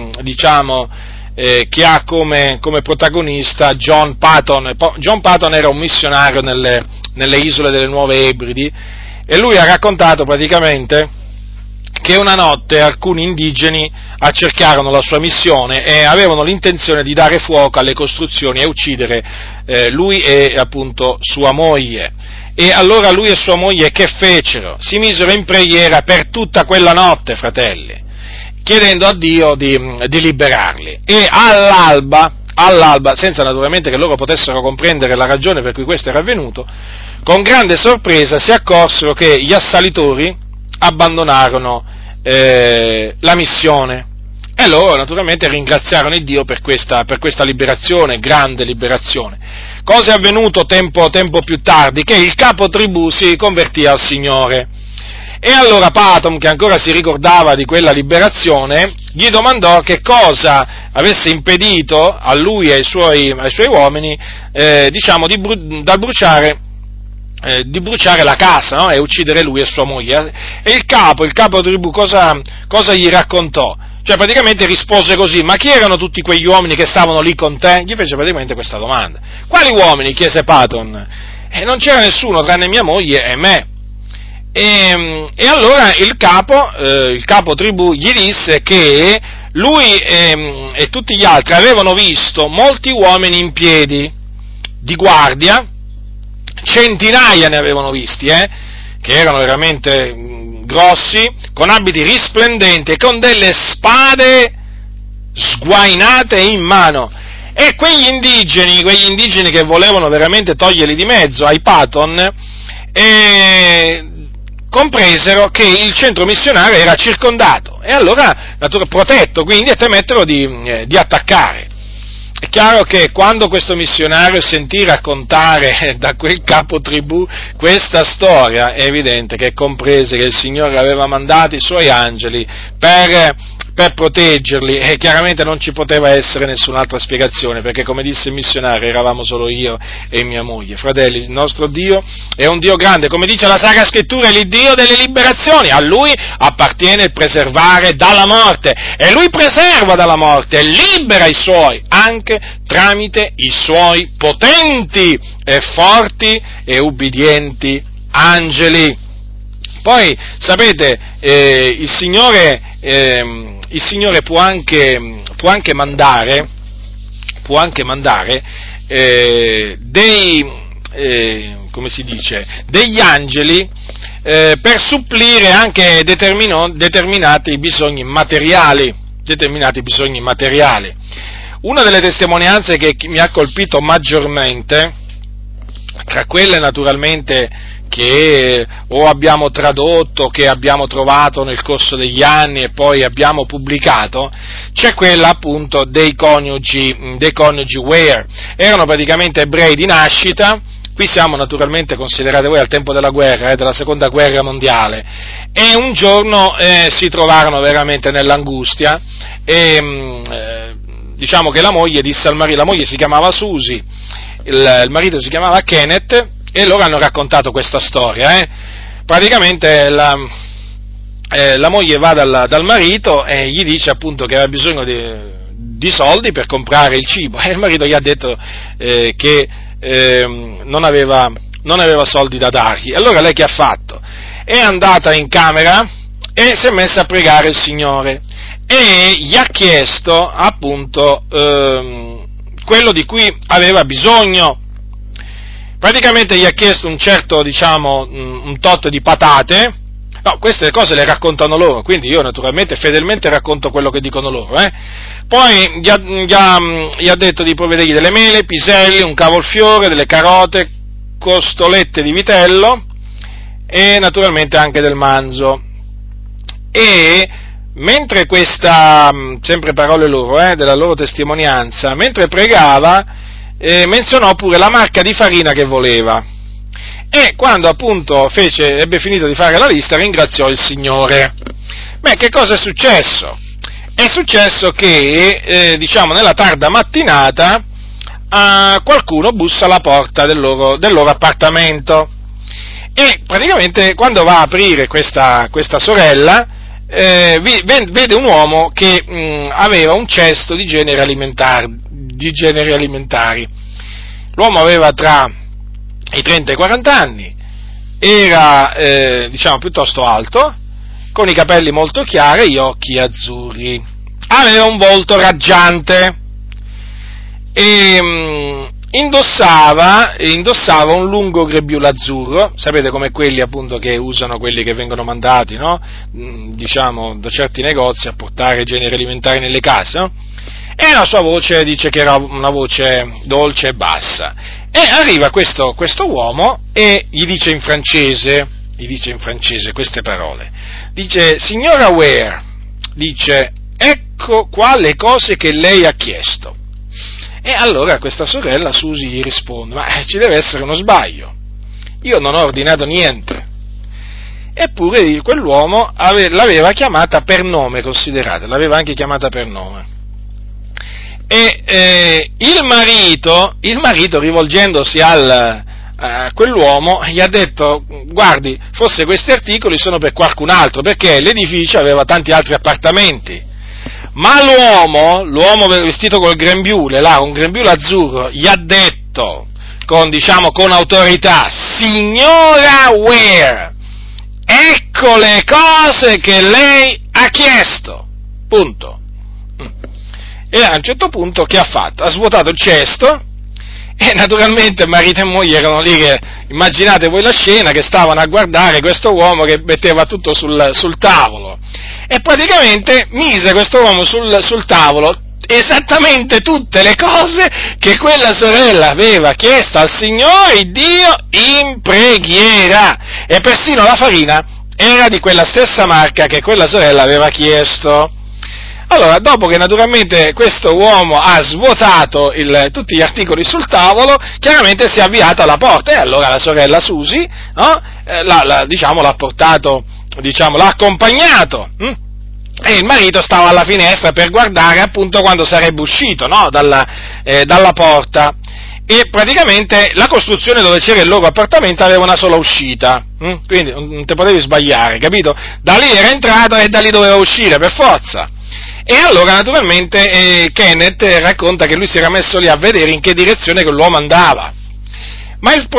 [SPEAKER 1] che ha come protagonista John Patton. John Patton era un missionario nelle isole delle Nuove Ebridi, e lui ha raccontato praticamente che una notte alcuni indigeni accerchiarono la sua missione e avevano l'intenzione di dare fuoco alle costruzioni e uccidere lui e appunto sua moglie. E allora lui e sua moglie che fecero? Si misero in preghiera per tutta quella notte, fratelli, chiedendo a Dio di liberarli. E all'alba, senza naturalmente che loro potessero comprendere la ragione per cui questo era avvenuto, con grande sorpresa si accorsero che gli assalitori abbandonarono la missione. E loro naturalmente ringraziarono il Dio per questa liberazione, grande liberazione. Cosa è avvenuto tempo più tardi? Che il capo tribù si convertì al Signore. E allora Patton, che ancora si ricordava di quella liberazione, gli domandò che cosa avesse impedito a lui e ai suoi uomini, di bruciare la casa, no? E uccidere lui e sua moglie. E il capo tribù cosa gli raccontò? Cioè praticamente rispose così: ma chi erano tutti quegli uomini che stavano lì con te? Gli fece praticamente questa domanda. Quali uomini? Chiese Patton. Non c'era nessuno tranne mia moglie e me. E allora il capo tribù gli disse che lui e tutti gli altri avevano visto molti uomini in piedi di guardia, centinaia ne avevano visti, che erano veramente grossi, con abiti risplendenti e con delle spade sguainate in mano. E quegli indigeni che volevano veramente toglierli di mezzo ai Patton, compresero che il centro missionario era circondato e allora protetto, quindi, e temettero di attaccare. È chiaro che quando questo missionario sentì raccontare da quel capo tribù questa storia, è evidente che comprese che il Signore aveva mandato i suoi angeli per proteggerli, e chiaramente non ci poteva essere nessun'altra spiegazione, perché come disse il missionario eravamo solo io e mia moglie. Fratelli, il nostro Dio è un Dio grande, come dice la Sacra Scrittura, è l'Iddio delle liberazioni, a Lui appartiene il preservare dalla morte, e Lui preserva dalla morte e libera i Suoi, anche tramite i Suoi potenti e forti e ubbidienti angeli. Poi, sapete, il Signore il Signore può anche mandare degli angeli per supplire anche determinati bisogni materiali. Una delle testimonianze che mi ha colpito maggiormente, tra quelle naturalmente che o abbiamo tradotto, che abbiamo trovato nel corso degli anni e poi abbiamo pubblicato, c'è quella appunto dei coniugi Ware. Erano praticamente ebrei di nascita. Qui siamo naturalmente, considerate voi, al tempo della guerra, della seconda guerra mondiale, e un giorno si trovarono veramente nell'angustia e diciamo che la moglie disse al marito, la moglie si chiamava Susie, il marito si chiamava Kenneth, e loro hanno raccontato questa storia. Praticamente la moglie va dal marito e gli dice appunto che aveva bisogno di soldi per comprare il cibo, e il marito gli ha detto che non aveva soldi da dargli. Allora lei che ha fatto? È andata in camera e si è messa a pregare il Signore e gli ha chiesto appunto quello di cui aveva bisogno. Praticamente gli ha chiesto un certo, un tot di patate. No, queste cose le raccontano loro, quindi io naturalmente fedelmente racconto quello che dicono loro. Poi gli ha detto di provvedergli delle mele, piselli, un cavolfiore, delle carote, costolette di vitello e naturalmente anche del manzo. E mentre questa, sempre parole loro, della loro testimonianza, mentre pregava, menzionò pure la marca di farina che voleva. E quando appunto ebbe finito di fare la lista, ringraziò il Signore. Beh, che cosa è successo? È successo che, nella tarda mattinata, qualcuno bussa alla porta del loro appartamento. E praticamente quando va a aprire questa sorella, vede un uomo che aveva un cesto di generi alimentari. L'uomo aveva tra i 30 e i 40 anni, era piuttosto alto, con i capelli molto chiari e gli occhi azzurri, aveva un volto raggiante e indossava un lungo grembiule azzurro, sapete come quelli appunto che usano quelli che vengono mandati, no? Da certi negozi a portare generi alimentari nelle case, no? E la sua voce dice che era una voce dolce e bassa. E arriva questo uomo e gli dice in francese queste parole. Dice: signora Ware, dice, ecco qua le cose che lei ha chiesto. E allora questa sorella Susie gli risponde: ma ci deve essere uno sbaglio, io non ho ordinato niente. Eppure quell'uomo l'aveva chiamata per nome, considerate, l'aveva anche chiamata per nome. E il marito, rivolgendosi a quell'uomo, gli ha detto: guardi, forse questi articoli sono per qualcun altro, perché l'edificio aveva tanti altri appartamenti. Ma l'uomo vestito col grembiule, un grembiule azzurro, gli ha detto con autorità: signora Ware, ecco le cose che lei ha chiesto. Punto. E a un certo punto che ha fatto? Ha svuotato il cesto e naturalmente marito e moglie erano lì che, immaginate voi la scena, che stavano a guardare questo uomo che metteva tutto sul tavolo, e praticamente mise questo uomo sul tavolo esattamente tutte le cose che quella sorella aveva chiesto al Signore Dio in preghiera, e persino la farina era di quella stessa marca che quella sorella aveva chiesto. Allora, dopo che naturalmente questo uomo ha svuotato tutti gli articoli sul tavolo, chiaramente si è avviato alla porta, e allora la sorella Susie, no? L'ha portato, l'ha accompagnato, e il marito stava alla finestra per guardare appunto quando sarebbe uscito, no? dalla porta. E praticamente la costruzione dove c'era il loro appartamento aveva una sola uscita, quindi non te potevi sbagliare, capito? Da lì era entrato e da lì doveva uscire per forza. E allora naturalmente Kenneth racconta che lui si era messo lì a vedere in che direzione quell'uomo andava. Ma il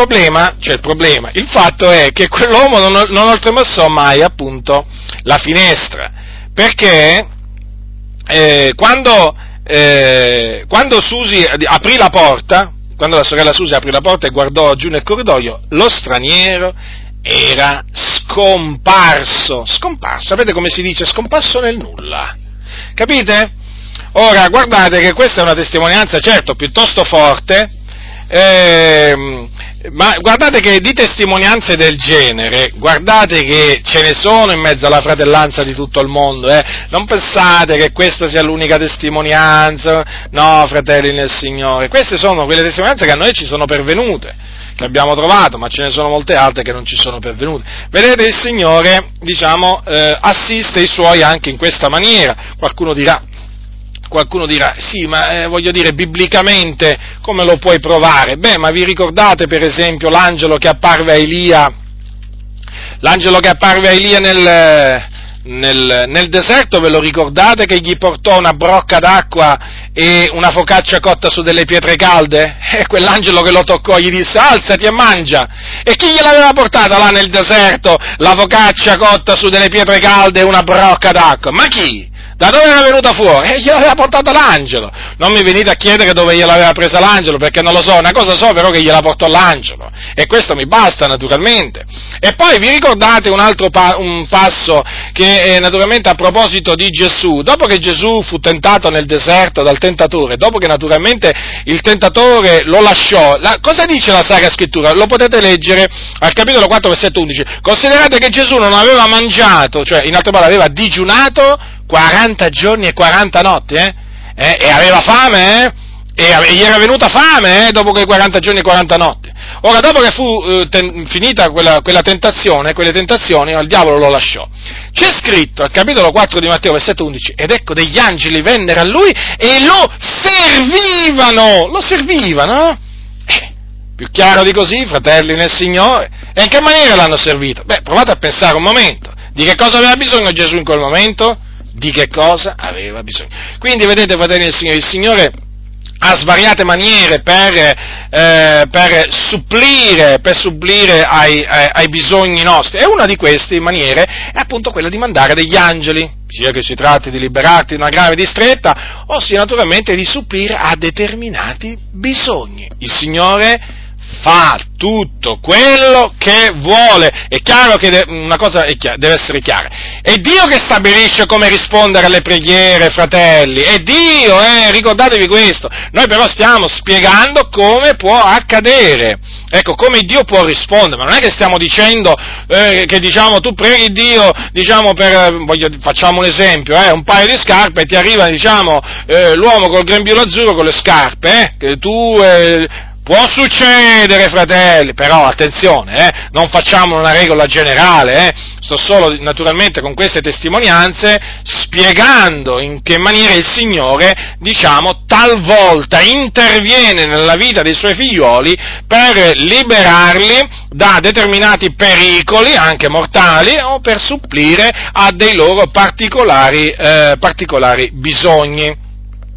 [SPEAKER 1] fatto è che quell'uomo non oltrepassò mai appunto la finestra, perché quando Susi aprì la porta, quando la sorella Susi aprì la porta e guardò giù nel corridoio, lo straniero era scomparso, sapete come si dice? Scomparso nel nulla, capite? Ora, guardate che questa è una testimonianza, certo, piuttosto forte, ma guardate che di testimonianze del genere, guardate che ce ne sono in mezzo alla fratellanza di tutto il mondo, non pensate che questa sia l'unica testimonianza, no, fratelli nel Signore, queste sono quelle testimonianze che a noi ci sono pervenute, che abbiamo trovato, ma ce ne sono molte altre che non ci sono pervenute. Vedete, il Signore, assiste i Suoi anche in questa maniera. Qualcuno dirà, sì, ma voglio dire, biblicamente come lo puoi provare? Beh, ma vi ricordate per esempio l'angelo che apparve a Elia nel deserto, ve lo ricordate che gli portò una brocca d'acqua e una focaccia cotta su delle pietre calde? E quell'angelo che lo toccò gli disse, alzati e mangia. E chi gliel'aveva portata là nel deserto la focaccia cotta su delle pietre calde e una brocca d'acqua? Ma chi? Da dove era venuta fuori? Gliel'aveva portata l'angelo. Non mi venite a chiedere dove gliel'aveva presa l'angelo, perché non lo so. Una cosa so però che gliela portò l'angelo. E questo mi basta, naturalmente. E poi vi ricordate un passo che naturalmente a proposito di Gesù. Dopo che Gesù fu tentato nel deserto dal tentatore, dopo che naturalmente il tentatore lo lasciò, cosa dice la Sacra Scrittura? Lo potete leggere al capitolo 4, versetto 11. Considerate che Gesù non aveva mangiato, cioè in altre parole aveva digiunato 40 giorni e 40 notti, e aveva fame, e gli era venuta fame, dopo quei 40 giorni e 40 notti. Ora, dopo che fu finita quelle tentazioni, il diavolo lo lasciò. C'è scritto al capitolo 4 di Matteo, versetto 11, ed ecco degli angeli vennero a lui e lo servivano. Più chiaro di così, fratelli nel Signore. E in che maniera l'hanno servito? Beh, provate a pensare un momento. Di che cosa aveva bisogno Gesù in quel momento? Di che cosa aveva bisogno? Quindi vedete, fratelli del Signore, il Signore ha svariate maniere per supplire ai bisogni nostri, e una di queste maniere è appunto quella di mandare degli angeli, sia che si tratti di liberarti da una grave distretta, o sia naturalmente di supplire a determinati bisogni. Il Signore fa tutto quello che vuole. È chiaro che una cosa deve essere chiara: è Dio che stabilisce come rispondere alle preghiere, fratelli, è Dio, ricordatevi questo. Noi però stiamo spiegando come può accadere, ecco, come Dio può rispondere, ma non è che stiamo dicendo che tu preghi Dio, facciamo un esempio, un paio di scarpe e ti arriva, l'uomo col grembiule azzurro con le scarpe, che tu può succedere, fratelli, però attenzione, non facciamo una regola generale, sto solo naturalmente con queste testimonianze spiegando in che maniera il Signore, talvolta interviene nella vita dei Suoi figlioli per liberarli da determinati pericoli, anche mortali, o per supplire a dei loro particolari bisogni.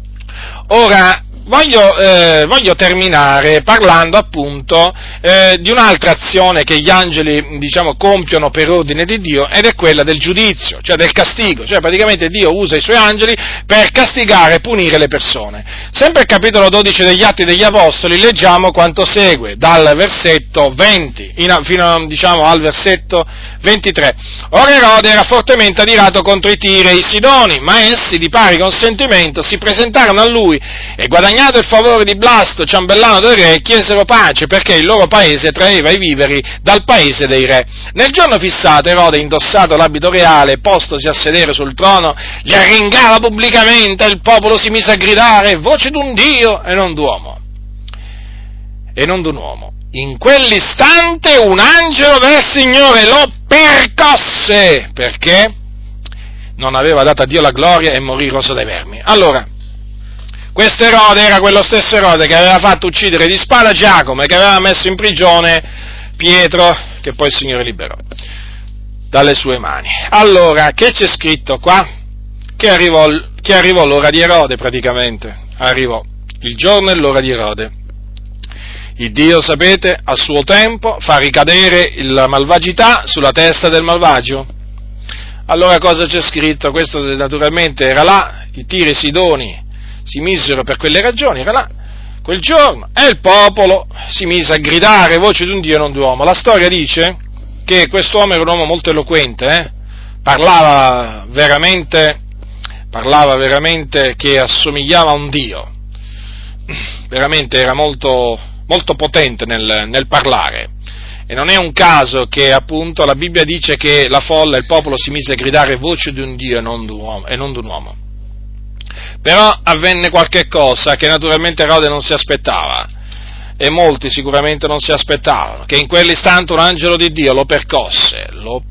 [SPEAKER 1] Ora, voglio terminare parlando appunto di un'altra azione che gli angeli compiono per ordine di Dio, ed è quella del giudizio, cioè del castigo, cioè praticamente Dio usa i Suoi angeli per castigare e punire le persone. Sempre il capitolo 12 degli Atti degli Apostoli leggiamo quanto segue, dal versetto 20 fino al versetto 23. Ora Erode era fortemente adirato contro i Tiri e i Sidoni, ma essi di pari consentimento si presentarono a lui e guadagnarono il favore di Blasto, ciambellano del re, chiesero pace perché il loro paese traeva i viveri dal paese dei re. Nel giorno fissato Erode, indossato l'abito reale, postosi a sedere sul trono, li arringava pubblicamente e il popolo si mise a gridare: voce d'un Dio e non d'uomo. In quell'istante un angelo del Signore lo percosse perché non aveva dato a Dio la gloria e morì roso dai vermi. Allora, questo Erode era quello stesso Erode che aveva fatto uccidere di spada Giacomo e che aveva messo in prigione Pietro, che poi il Signore liberò dalle sue mani. Allora, che c'è scritto qua? Che arrivò l'ora di Erode praticamente, arrivò il giorno e l'ora di Erode. Il Dio, sapete, a suo tempo fa ricadere la malvagità sulla testa del malvagio. Allora cosa c'è scritto? Questo naturalmente era là, i Tiri e i Sidoni si misero per quelle ragioni, era là quel giorno, e il popolo si mise a gridare voce di un Dio e non d'uomo. La storia dice che quest'uomo era un uomo molto eloquente, parlava veramente che assomigliava a un Dio, veramente era molto, molto potente nel parlare. E non è un caso che appunto la Bibbia dice che la folla, il popolo si mise a gridare voce di un Dio e non d'un uomo. Però avvenne qualche cosa che naturalmente Erode non si aspettava, e molti sicuramente non si aspettavano, che in quell'istante un angelo di Dio lo percosse.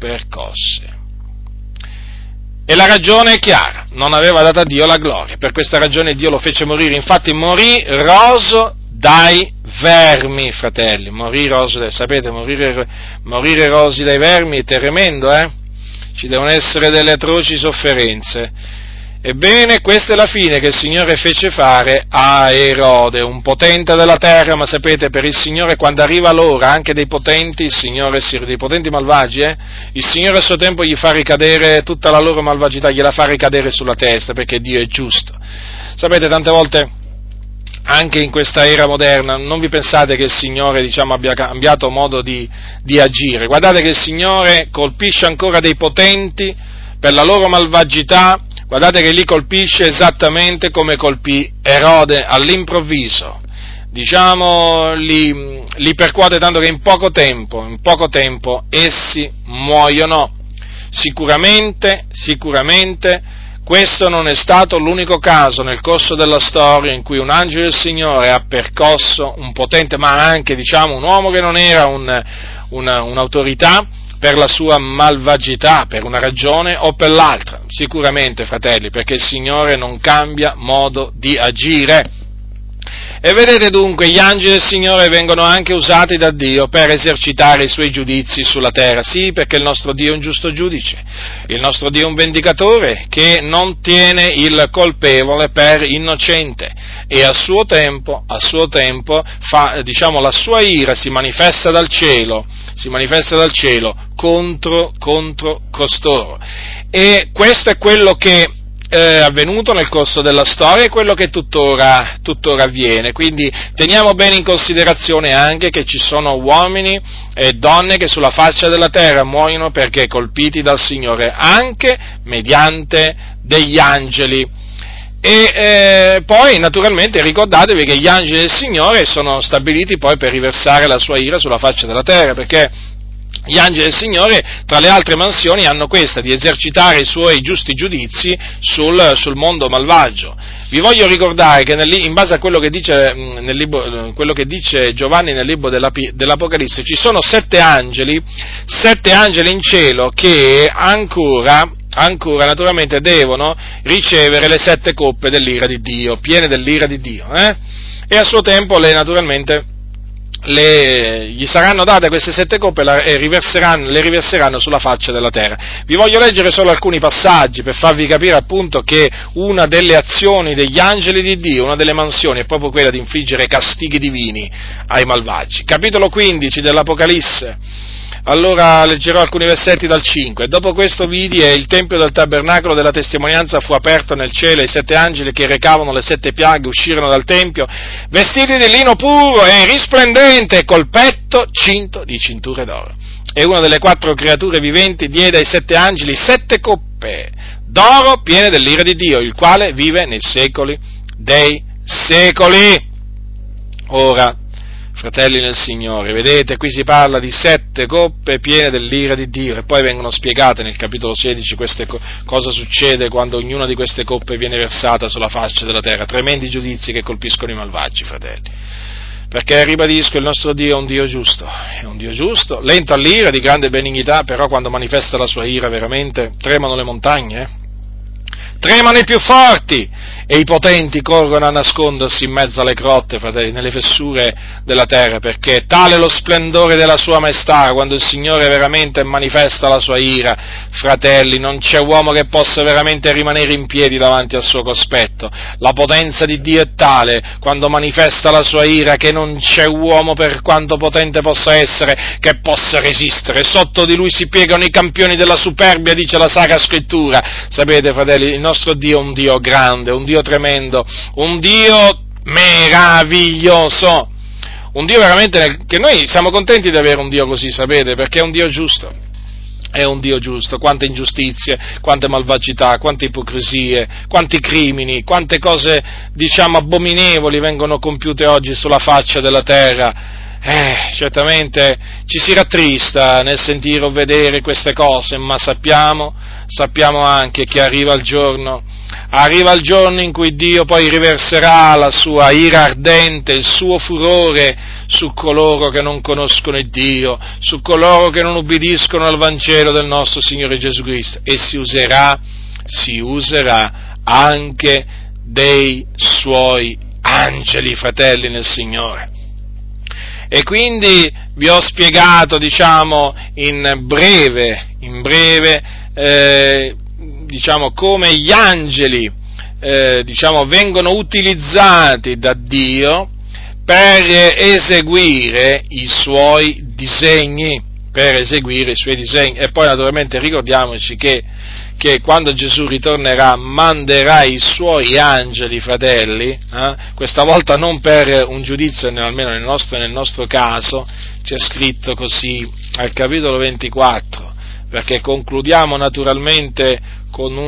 [SPEAKER 1] E la ragione è chiara, non aveva dato a Dio la gloria, per questa ragione Dio lo fece morire, infatti morì roso dai vermi, fratelli, sapete, morire rosi dai vermi è tremendo, ci devono essere delle atroci sofferenze. Ebbene, questa è la fine che il Signore fece fare a Erode, un potente della terra, ma sapete, per il Signore quando arriva l'ora anche dei potenti, dei potenti malvagi, il Signore a suo tempo gli fa ricadere tutta la loro malvagità, gliela fa ricadere sulla testa, perché Dio è giusto. Sapete, tante volte, anche in questa era moderna, non vi pensate che il Signore, abbia cambiato modo di agire. Guardate che il Signore colpisce ancora dei potenti per la loro malvagità. Guardate che li colpisce esattamente come colpì Erode all'improvviso, li percuote tanto che in poco tempo essi muoiono. Sicuramente, questo non è stato l'unico caso nel corso della storia in cui un angelo del Signore ha percosso un potente, ma anche, un uomo che non era un'autorità, per la sua malvagità, per una ragione o per l'altra, sicuramente, fratelli, perché il Signore non cambia modo di agire. E vedete dunque, gli angeli del Signore vengono anche usati da Dio per esercitare i suoi giudizi sulla terra, sì, perché il nostro Dio è un giusto giudice, il nostro Dio è un vendicatore che non tiene il colpevole per innocente, e a suo tempo fa, la sua ira si manifesta dal cielo contro costoro. E questo è quello che è avvenuto nel corso della storia e quello che tuttora avviene. Quindi teniamo bene in considerazione anche che ci sono uomini e donne che sulla faccia della terra muoiono perché colpiti dal Signore, anche mediante degli angeli. E poi naturalmente ricordatevi che gli angeli del Signore sono stabiliti poi per riversare la sua ira sulla faccia della terra, perché gli angeli del Signore, tra le altre mansioni, hanno questa, di esercitare i suoi giusti giudizi sul mondo malvagio. Vi voglio ricordare che in base a quello che dice quello che dice Giovanni nel libro dell'Apocalisse, ci sono 7 angeli in cielo che ancora naturalmente devono ricevere le 7 coppe dell'ira di Dio, piene dell'ira di Dio, e a suo tempo gli saranno date queste 7 coppe e le riverseranno sulla faccia della terra. Vi voglio leggere solo alcuni passaggi per farvi capire appunto che una delle azioni degli angeli di Dio, una delle mansioni, è proprio quella di infliggere castighi divini ai malvagi. Capitolo 15 dell'Apocalisse. Allora leggerò alcuni versetti dal 5. Dopo questo vidi e il tempio del tabernacolo della testimonianza fu aperto nel cielo e i 7 angeli che recavano le 7 piaghe uscirono dal tempio vestiti di lino puro e risplendente, col petto cinto di cinture d'oro. E una delle 4 creature viventi diede ai 7 angeli 7 coppe d'oro piene dell'ira di Dio, il quale vive nei secoli dei secoli. Ora, fratelli nel Signore, vedete, qui si parla di 7 coppe piene dell'ira di Dio, e poi vengono spiegate nel capitolo 16 cosa succede quando ognuna di queste coppe viene versata sulla faccia della terra. Tremendi giudizi che colpiscono i malvagi, fratelli. Perché, ribadisco, il nostro Dio è un Dio giusto, lento all'ira, di grande benignità, però quando manifesta la sua ira veramente tremano le montagne, tremano i più forti, e i potenti corrono a nascondersi in mezzo alle grotte, fratelli, nelle fessure della terra, perché tale è lo splendore della sua maestà, quando il Signore veramente manifesta la sua ira, fratelli, non c'è uomo che possa veramente rimanere in piedi davanti al suo cospetto. La potenza di Dio è tale, quando manifesta la sua ira, che non c'è uomo, per quanto potente possa essere, che possa resistere. Sotto di lui si piegano i campioni della superbia, dice la Sacra Scrittura. Sapete, fratelli, il nostro Dio è un Dio grande, un Dio tremendo, un Dio meraviglioso, un Dio veramente che noi siamo contenti di avere un Dio così, sapete, perché è un Dio giusto. È un Dio giusto, quante ingiustizie, quante malvagità, quante ipocrisie, quanti crimini, quante cose, abominevoli vengono compiute oggi sulla faccia della terra. Certamente ci si rattrista nel sentire o vedere queste cose, ma sappiamo anche che arriva il giorno in cui Dio poi riverserà la sua ira ardente, il suo furore su coloro che non conoscono il Dio, su coloro che non ubbidiscono al Vangelo del nostro Signore Gesù Cristo, e si userà anche dei suoi angeli, fratelli nel Signore. E quindi vi ho spiegato, in breve, come gli angeli, vengono utilizzati da Dio per eseguire i suoi disegni, e poi naturalmente ricordiamoci che quando Gesù ritornerà manderà i suoi angeli, fratelli, questa volta non per un giudizio, almeno nel nostro caso, c'è scritto così al capitolo 24, perché concludiamo naturalmente con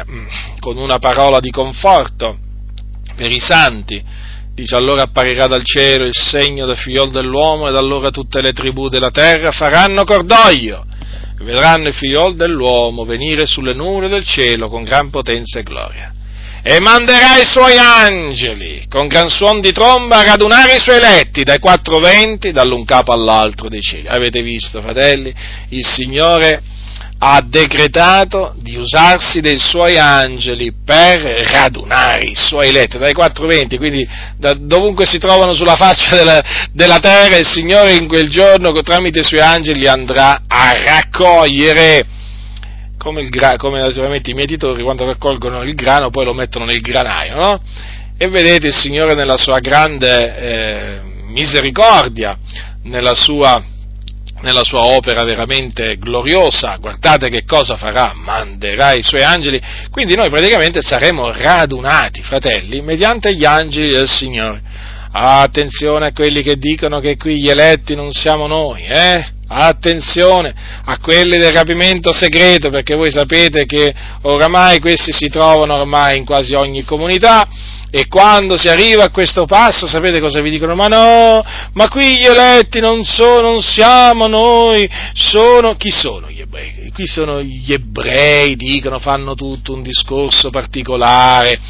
[SPEAKER 1] una parola di conforto per i santi. Dice: allora apparirà dal cielo il segno del figliol dell'uomo, ed allora tutte le tribù della terra faranno cordoglio, e vedranno il figliol dell'uomo venire sulle nuvole del cielo con gran potenza e gloria. E manderà i suoi angeli con gran suon di tromba a radunare i suoi eletti dai quattro venti, dall'un capo all'altro dei cieli. Avete visto, fratelli? Il Signore ha decretato di usarsi dei suoi angeli per radunare i suoi eletti dai quattro venti, quindi dovunque si trovano sulla faccia della terra, il Signore in quel giorno tramite i suoi angeli li andrà a raccogliere, come naturalmente i mietitori quando raccolgono il grano poi lo mettono nel granaio, no? E vedete il Signore nella sua grande misericordia, nella sua opera veramente gloriosa, guardate che cosa farà: manderà i suoi angeli, quindi noi praticamente saremo radunati, fratelli, mediante gli angeli del Signore. Attenzione a quelli che dicono che qui gli eletti non siamo noi, Attenzione a quelli del rapimento segreto, perché voi sapete che oramai questi si trovano ormai in quasi ogni comunità, e quando si arriva a questo passo, sapete cosa vi dicono? Ma no, ma qui gli eletti non siamo noi, chi sono gli ebrei? Qui sono gli ebrei, dicono, fanno tutto un discorso particolare.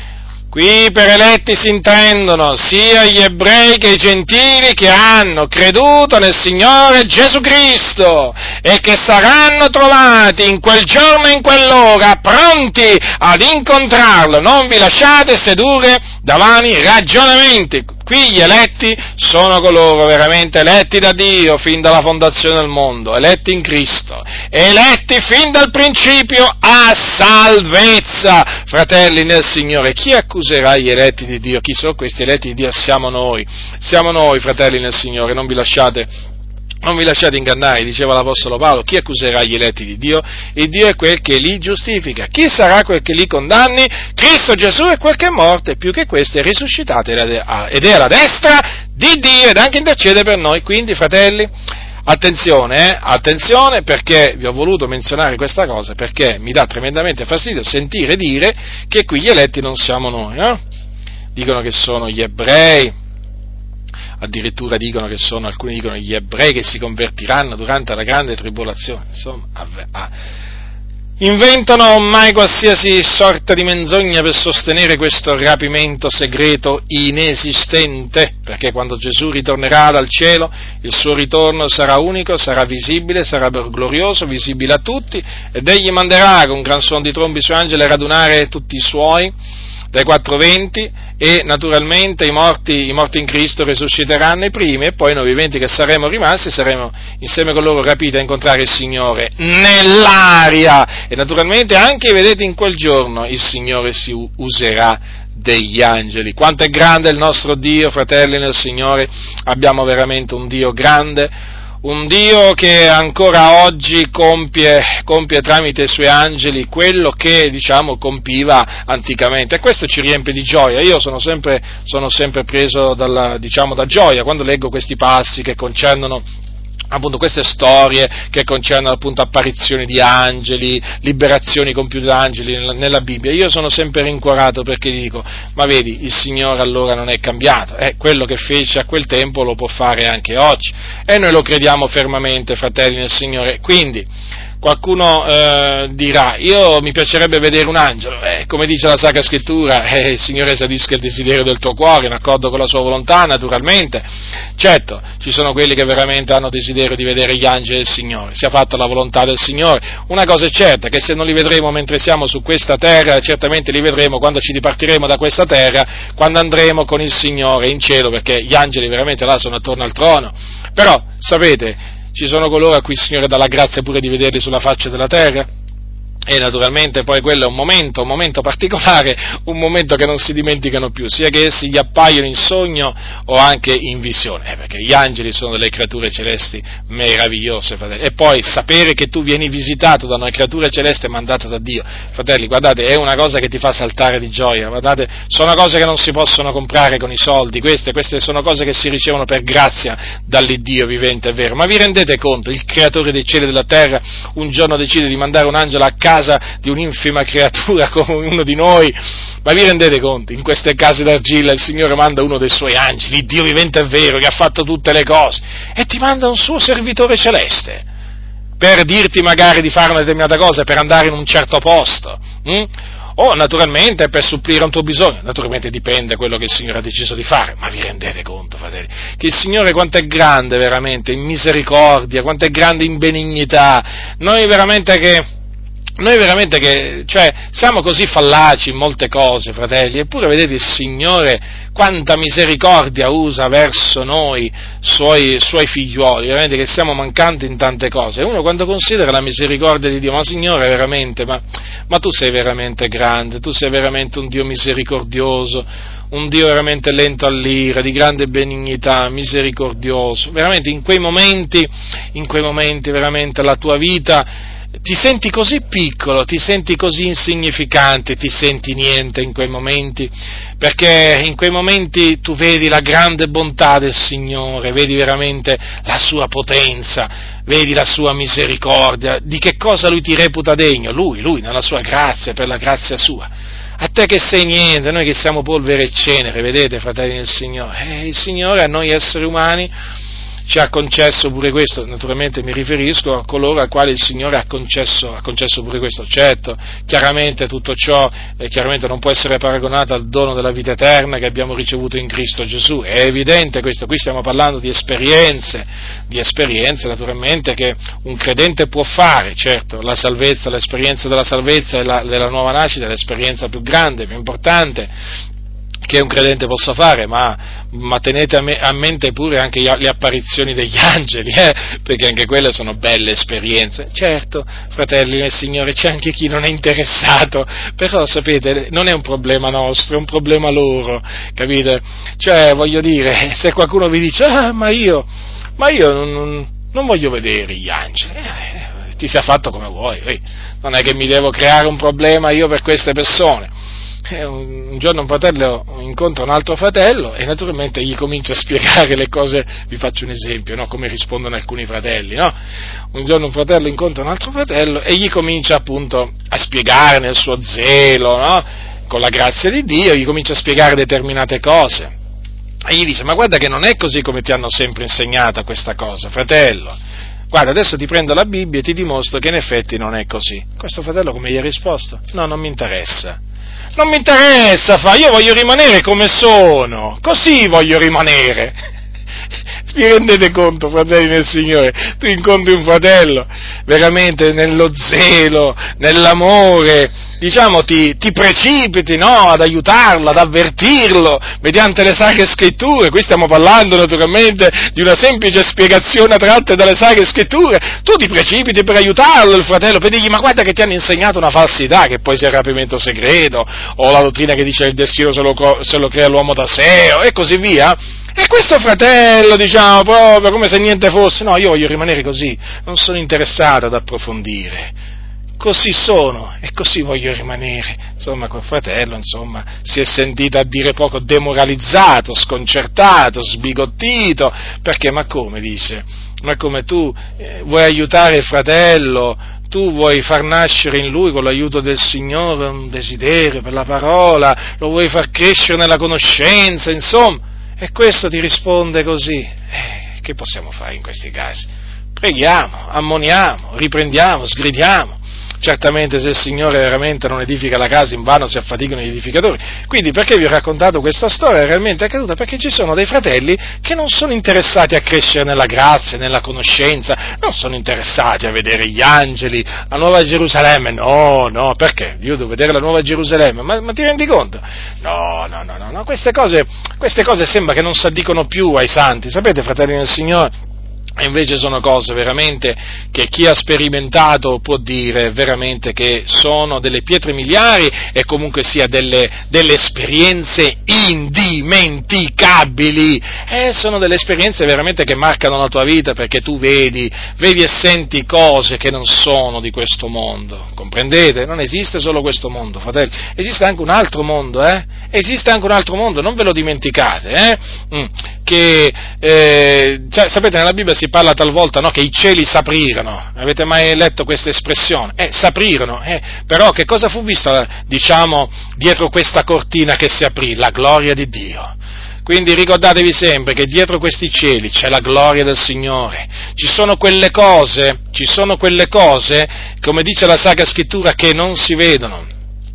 [SPEAKER 1] Qui per eletti si intendono sia gli ebrei che i gentili che hanno creduto nel Signore Gesù Cristo e che saranno trovati in quel giorno e in quell'ora pronti ad incontrarlo. Non vi lasciate sedurre da vani ragionamenti. Qui gli eletti sono coloro veramente eletti da Dio fin dalla fondazione del mondo, eletti in Cristo, eletti fin dal principio a salvezza, fratelli nel Signore. Chi accuserà gli eletti di Dio? Chi sono questi eletti di Dio? Siamo noi, fratelli nel Signore, non vi lasciate ingannare, diceva l'Apostolo Paolo. Chi accuserà gli eletti di Dio? Il Dio è quel che li giustifica. Chi sarà quel che li condanni? Cristo Gesù è quel che è morto e più che questo è risuscitato ed è alla destra di Dio ed anche intercede per noi. Quindi, fratelli, attenzione, perché vi ho voluto menzionare questa cosa, perché mi dà tremendamente fastidio sentire dire che qui gli eletti non siamo noi, no? Dicono che sono gli ebrei. Addirittura alcuni dicono gli ebrei che si convertiranno durante la grande tribolazione. Insomma, inventano ormai qualsiasi sorta di menzogna per sostenere questo rapimento segreto inesistente, perché quando Gesù ritornerà dal cielo, il suo ritorno sarà unico, sarà visibile, sarà glorioso, visibile a tutti, ed egli manderà con gran suono di trombe i suoi angeli a radunare tutti i suoi dai quattro venti, e naturalmente i morti in Cristo risusciteranno i primi, e poi noi viventi che saremo rimasti saremo insieme con loro rapiti a incontrare il Signore nell'aria, e naturalmente anche, vedete, in quel giorno il Signore si userà degli angeli. Quanto è grande il nostro Dio, fratelli nel Signore! Abbiamo veramente un Dio grande, un Dio che ancora oggi compie tramite i suoi angeli quello che, compiva anticamente, e questo ci riempie di gioia. Io sono sempre preso da gioia quando leggo questi passi che concernono appunto queste storie che concernono appunto apparizioni di angeli, liberazioni compiute da angeli nella Bibbia. Io sono sempre rincuorato, perché dico, ma vedi, il Signore allora non è cambiato, quello che fece a quel tempo lo può fare anche oggi, e noi lo crediamo fermamente, fratelli nel Signore. Quindi qualcuno dirà, io mi piacerebbe vedere un angelo, come dice la Sacra Scrittura, il Signore esaudisca il desiderio del tuo cuore, in accordo con la sua volontà, naturalmente. Certo, ci sono quelli che veramente hanno desiderio di vedere gli angeli del Signore, sia fatta la volontà del Signore. Una cosa è certa, che se non li vedremo mentre siamo su questa terra, certamente li vedremo quando ci dipartiremo da questa terra, quando andremo con il Signore in cielo, perché gli angeli veramente là sono attorno al trono. Però, sapete, ci sono coloro a cui il Signore dà la grazia pure di vederli sulla faccia della terra, e naturalmente poi quello è un momento particolare, un momento che non si dimenticano più, sia che essi gli appaiono in sogno o anche in visione, perché gli angeli sono delle creature celesti meravigliose, fratelli. E poi sapere che tu vieni visitato da una creatura celeste mandata da Dio, fratelli, guardate, è una cosa che ti fa saltare di gioia, guardate, sono cose che non si possono comprare con i soldi, queste sono cose che si ricevono per grazia dall'Iddio vivente, è vero. Ma vi rendete conto, il creatore dei cieli e della terra un giorno decide di mandare un angelo a casa di un'infima creatura come uno di noi? Ma vi rendete conto? In queste case d'argilla il Signore manda uno dei suoi angeli, il Dio vivente è vero, che ha fatto tutte le cose, e ti manda un suo servitore celeste per dirti magari di fare una determinata cosa, per andare in un certo posto, o naturalmente per supplire a un tuo bisogno. Naturalmente dipende da quello che il Signore ha deciso di fare, ma vi rendete conto, fratelli, che il Signore quanto è grande veramente in misericordia, quanto è grande in benignità. Noi veramente che, cioè, siamo così fallaci in molte cose, fratelli, eppure vedete il Signore quanta misericordia usa verso noi, suoi figliuoli, veramente che siamo mancanti in tante cose. E uno quando considera la misericordia di Dio, ma Signore, veramente, ma tu sei veramente grande, tu sei veramente un Dio misericordioso, un Dio veramente lento all'ira, di grande benignità, misericordioso. Veramente in quei momenti veramente la tua vita ti senti così piccolo, ti senti così insignificante, ti senti niente in quei momenti, perché in quei momenti tu vedi la grande bontà del Signore, vedi veramente la sua potenza, vedi la sua misericordia, di che cosa Lui ti reputa degno, Lui nella sua grazia, per la grazia sua. A te che sei niente, noi che siamo polvere e cenere, vedete, fratelli del Signore, il Signore a noi esseri umani ci ha concesso pure questo. Naturalmente mi riferisco a coloro ai quali il Signore ha concesso pure questo. Certo, chiaramente tutto ciò chiaramente non può essere paragonato al dono della vita eterna che abbiamo ricevuto in Cristo Gesù, è evidente questo. Qui stiamo parlando di esperienze naturalmente che un credente può fare. Certo, la salvezza, l'esperienza della salvezza e della nuova nascita è l'esperienza più grande, più importante che un credente possa fare, ma tenete a mente pure anche le apparizioni degli angeli, perché anche quelle sono belle esperienze. Certo, fratelli nel Signore, c'è anche chi non è interessato, però sapete, non è un problema nostro, è un problema loro, capite? Cioè, voglio dire, se qualcuno vi dice, ma io non voglio vedere gli angeli, ti sia fatto come vuoi, non è che mi devo creare un problema io per queste persone. Un giorno un fratello incontra un altro fratello e naturalmente gli comincia a spiegare le cose. Vi faccio un esempio, no? Come rispondono alcuni fratelli, no? Un giorno un fratello incontra un altro fratello e gli comincia appunto a spiegare nel suo zelo, no? Con la grazia di Dio, gli comincia a spiegare determinate cose e gli dice: ma guarda che non è così come ti hanno sempre insegnata questa cosa, fratello. guarda, adesso ti prendo la Bibbia e ti dimostro che in effetti non è così. Questo fratello come gli ha risposto? No, non mi interessa. Non mi interessa, io voglio rimanere come sono, così voglio rimanere. Vi rendete conto, fratelli nel Signore? Tu incontri un fratello veramente nello zelo, nell'amore, diciamo ti precipiti, no, ad aiutarlo, ad avvertirlo, mediante le Sacre Scritture. Qui stiamo parlando naturalmente di una semplice spiegazione tratta dalle Sacre Scritture. Tu ti precipiti per aiutarlo, il fratello, per dirgli: ma guarda che ti hanno insegnato una falsità, che poi sia il rapimento segreto, o la dottrina che dice che il destino se lo crea l'uomo da sé, e così via. E questo fratello, diciamo, proprio come se niente fosse: no, io voglio rimanere così, non sono interessato ad approfondire, così sono e così voglio rimanere. Insomma, quel fratello, si è sentito a dire poco demoralizzato, sconcertato, sbigottito, perché, ma come, dice, ma come tu vuoi aiutare il fratello, tu vuoi far nascere in lui con l'aiuto del Signore un desiderio per la parola, lo vuoi far crescere nella conoscenza, insomma. E questo ti risponde così. Che possiamo fare in questi casi? Preghiamo, ammoniamo, riprendiamo, sgridiamo. Certamente se il Signore veramente non edifica la casa, invano si affaticano gli edificatori. Quindi perché vi ho raccontato questa storia? È realmente accaduta perché ci sono dei fratelli che non sono interessati a crescere nella grazia, nella conoscenza, non sono interessati a vedere gli angeli, la Nuova Gerusalemme, no, perché? Io devo vedere la Nuova Gerusalemme, ma ti rendi conto? No, queste cose sembra che non si addicono più ai santi, sapete, fratelli del Signore? E invece sono cose veramente che chi ha sperimentato può dire veramente che sono delle pietre miliari e comunque sia delle esperienze indimenticabili. Sono delle esperienze veramente che marcano la tua vita, perché tu vedi e senti cose che non sono di questo mondo. Comprendete? Non esiste solo questo mondo, fratelli. Esiste anche un altro mondo, Esiste anche un altro mondo, non ve lo dimenticate, sapete, nella Bibbia si parla talvolta, no, che i cieli s'aprirono. Avete mai letto questa espressione? S'aprirono, però che cosa fu visto, diciamo, dietro questa cortina che si aprì? La gloria di Dio. Quindi ricordatevi sempre che dietro questi cieli c'è la gloria del Signore. Ci sono quelle cose, come dice la Sacra Scrittura, che non si vedono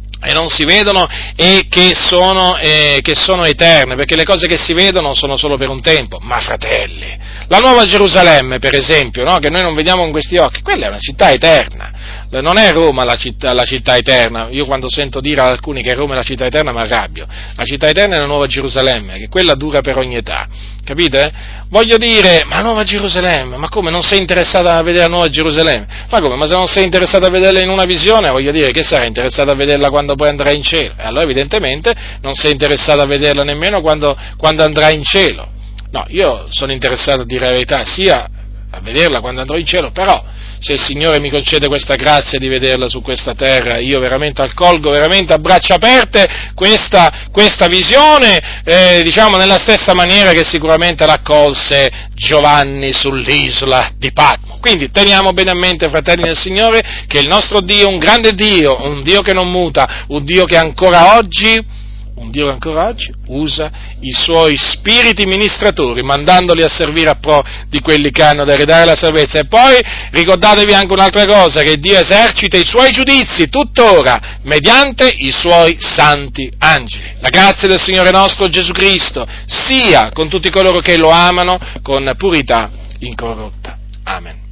[SPEAKER 1] e che sono eterne, perché le cose che si vedono sono solo per un tempo. Ma fratelli, la Nuova Gerusalemme, per esempio, no, che noi non vediamo con questi occhi, quella è una città eterna, non è Roma la città eterna. Io quando sento dire ad alcuni che Roma è la città eterna mi arrabbio. La città eterna è la Nuova Gerusalemme, che quella dura per ogni età, capite? Voglio dire, ma Nuova Gerusalemme, ma come, non sei interessata a vedere la Nuova Gerusalemme? Ma come, ma se non sei interessata a vederla in una visione, voglio dire, che sarai interessata a vederla quando poi andrai in cielo? E allora evidentemente non sei interessata a vederla nemmeno quando andrai in cielo. No, io sono interessato, a dire la verità, sia a vederla quando andrò in cielo, però se il Signore mi concede questa grazia di vederla su questa terra, io veramente accolgo veramente a braccia aperte questa visione, diciamo nella stessa maniera che sicuramente l'accolse Giovanni sull'isola di Patmo. Quindi teniamo bene a mente, fratelli del Signore, che il nostro Dio è un grande Dio, un Dio che non muta, un Dio che ancora oggi usa i suoi spiriti ministratori, mandandoli a servire a pro di quelli che hanno da eredare la salvezza. E poi ricordatevi anche un'altra cosa, che Dio esercita i suoi giudizi tuttora mediante i suoi santi angeli. La grazia del Signore nostro Gesù Cristo sia con tutti coloro che lo amano con purità incorrotta. Amen.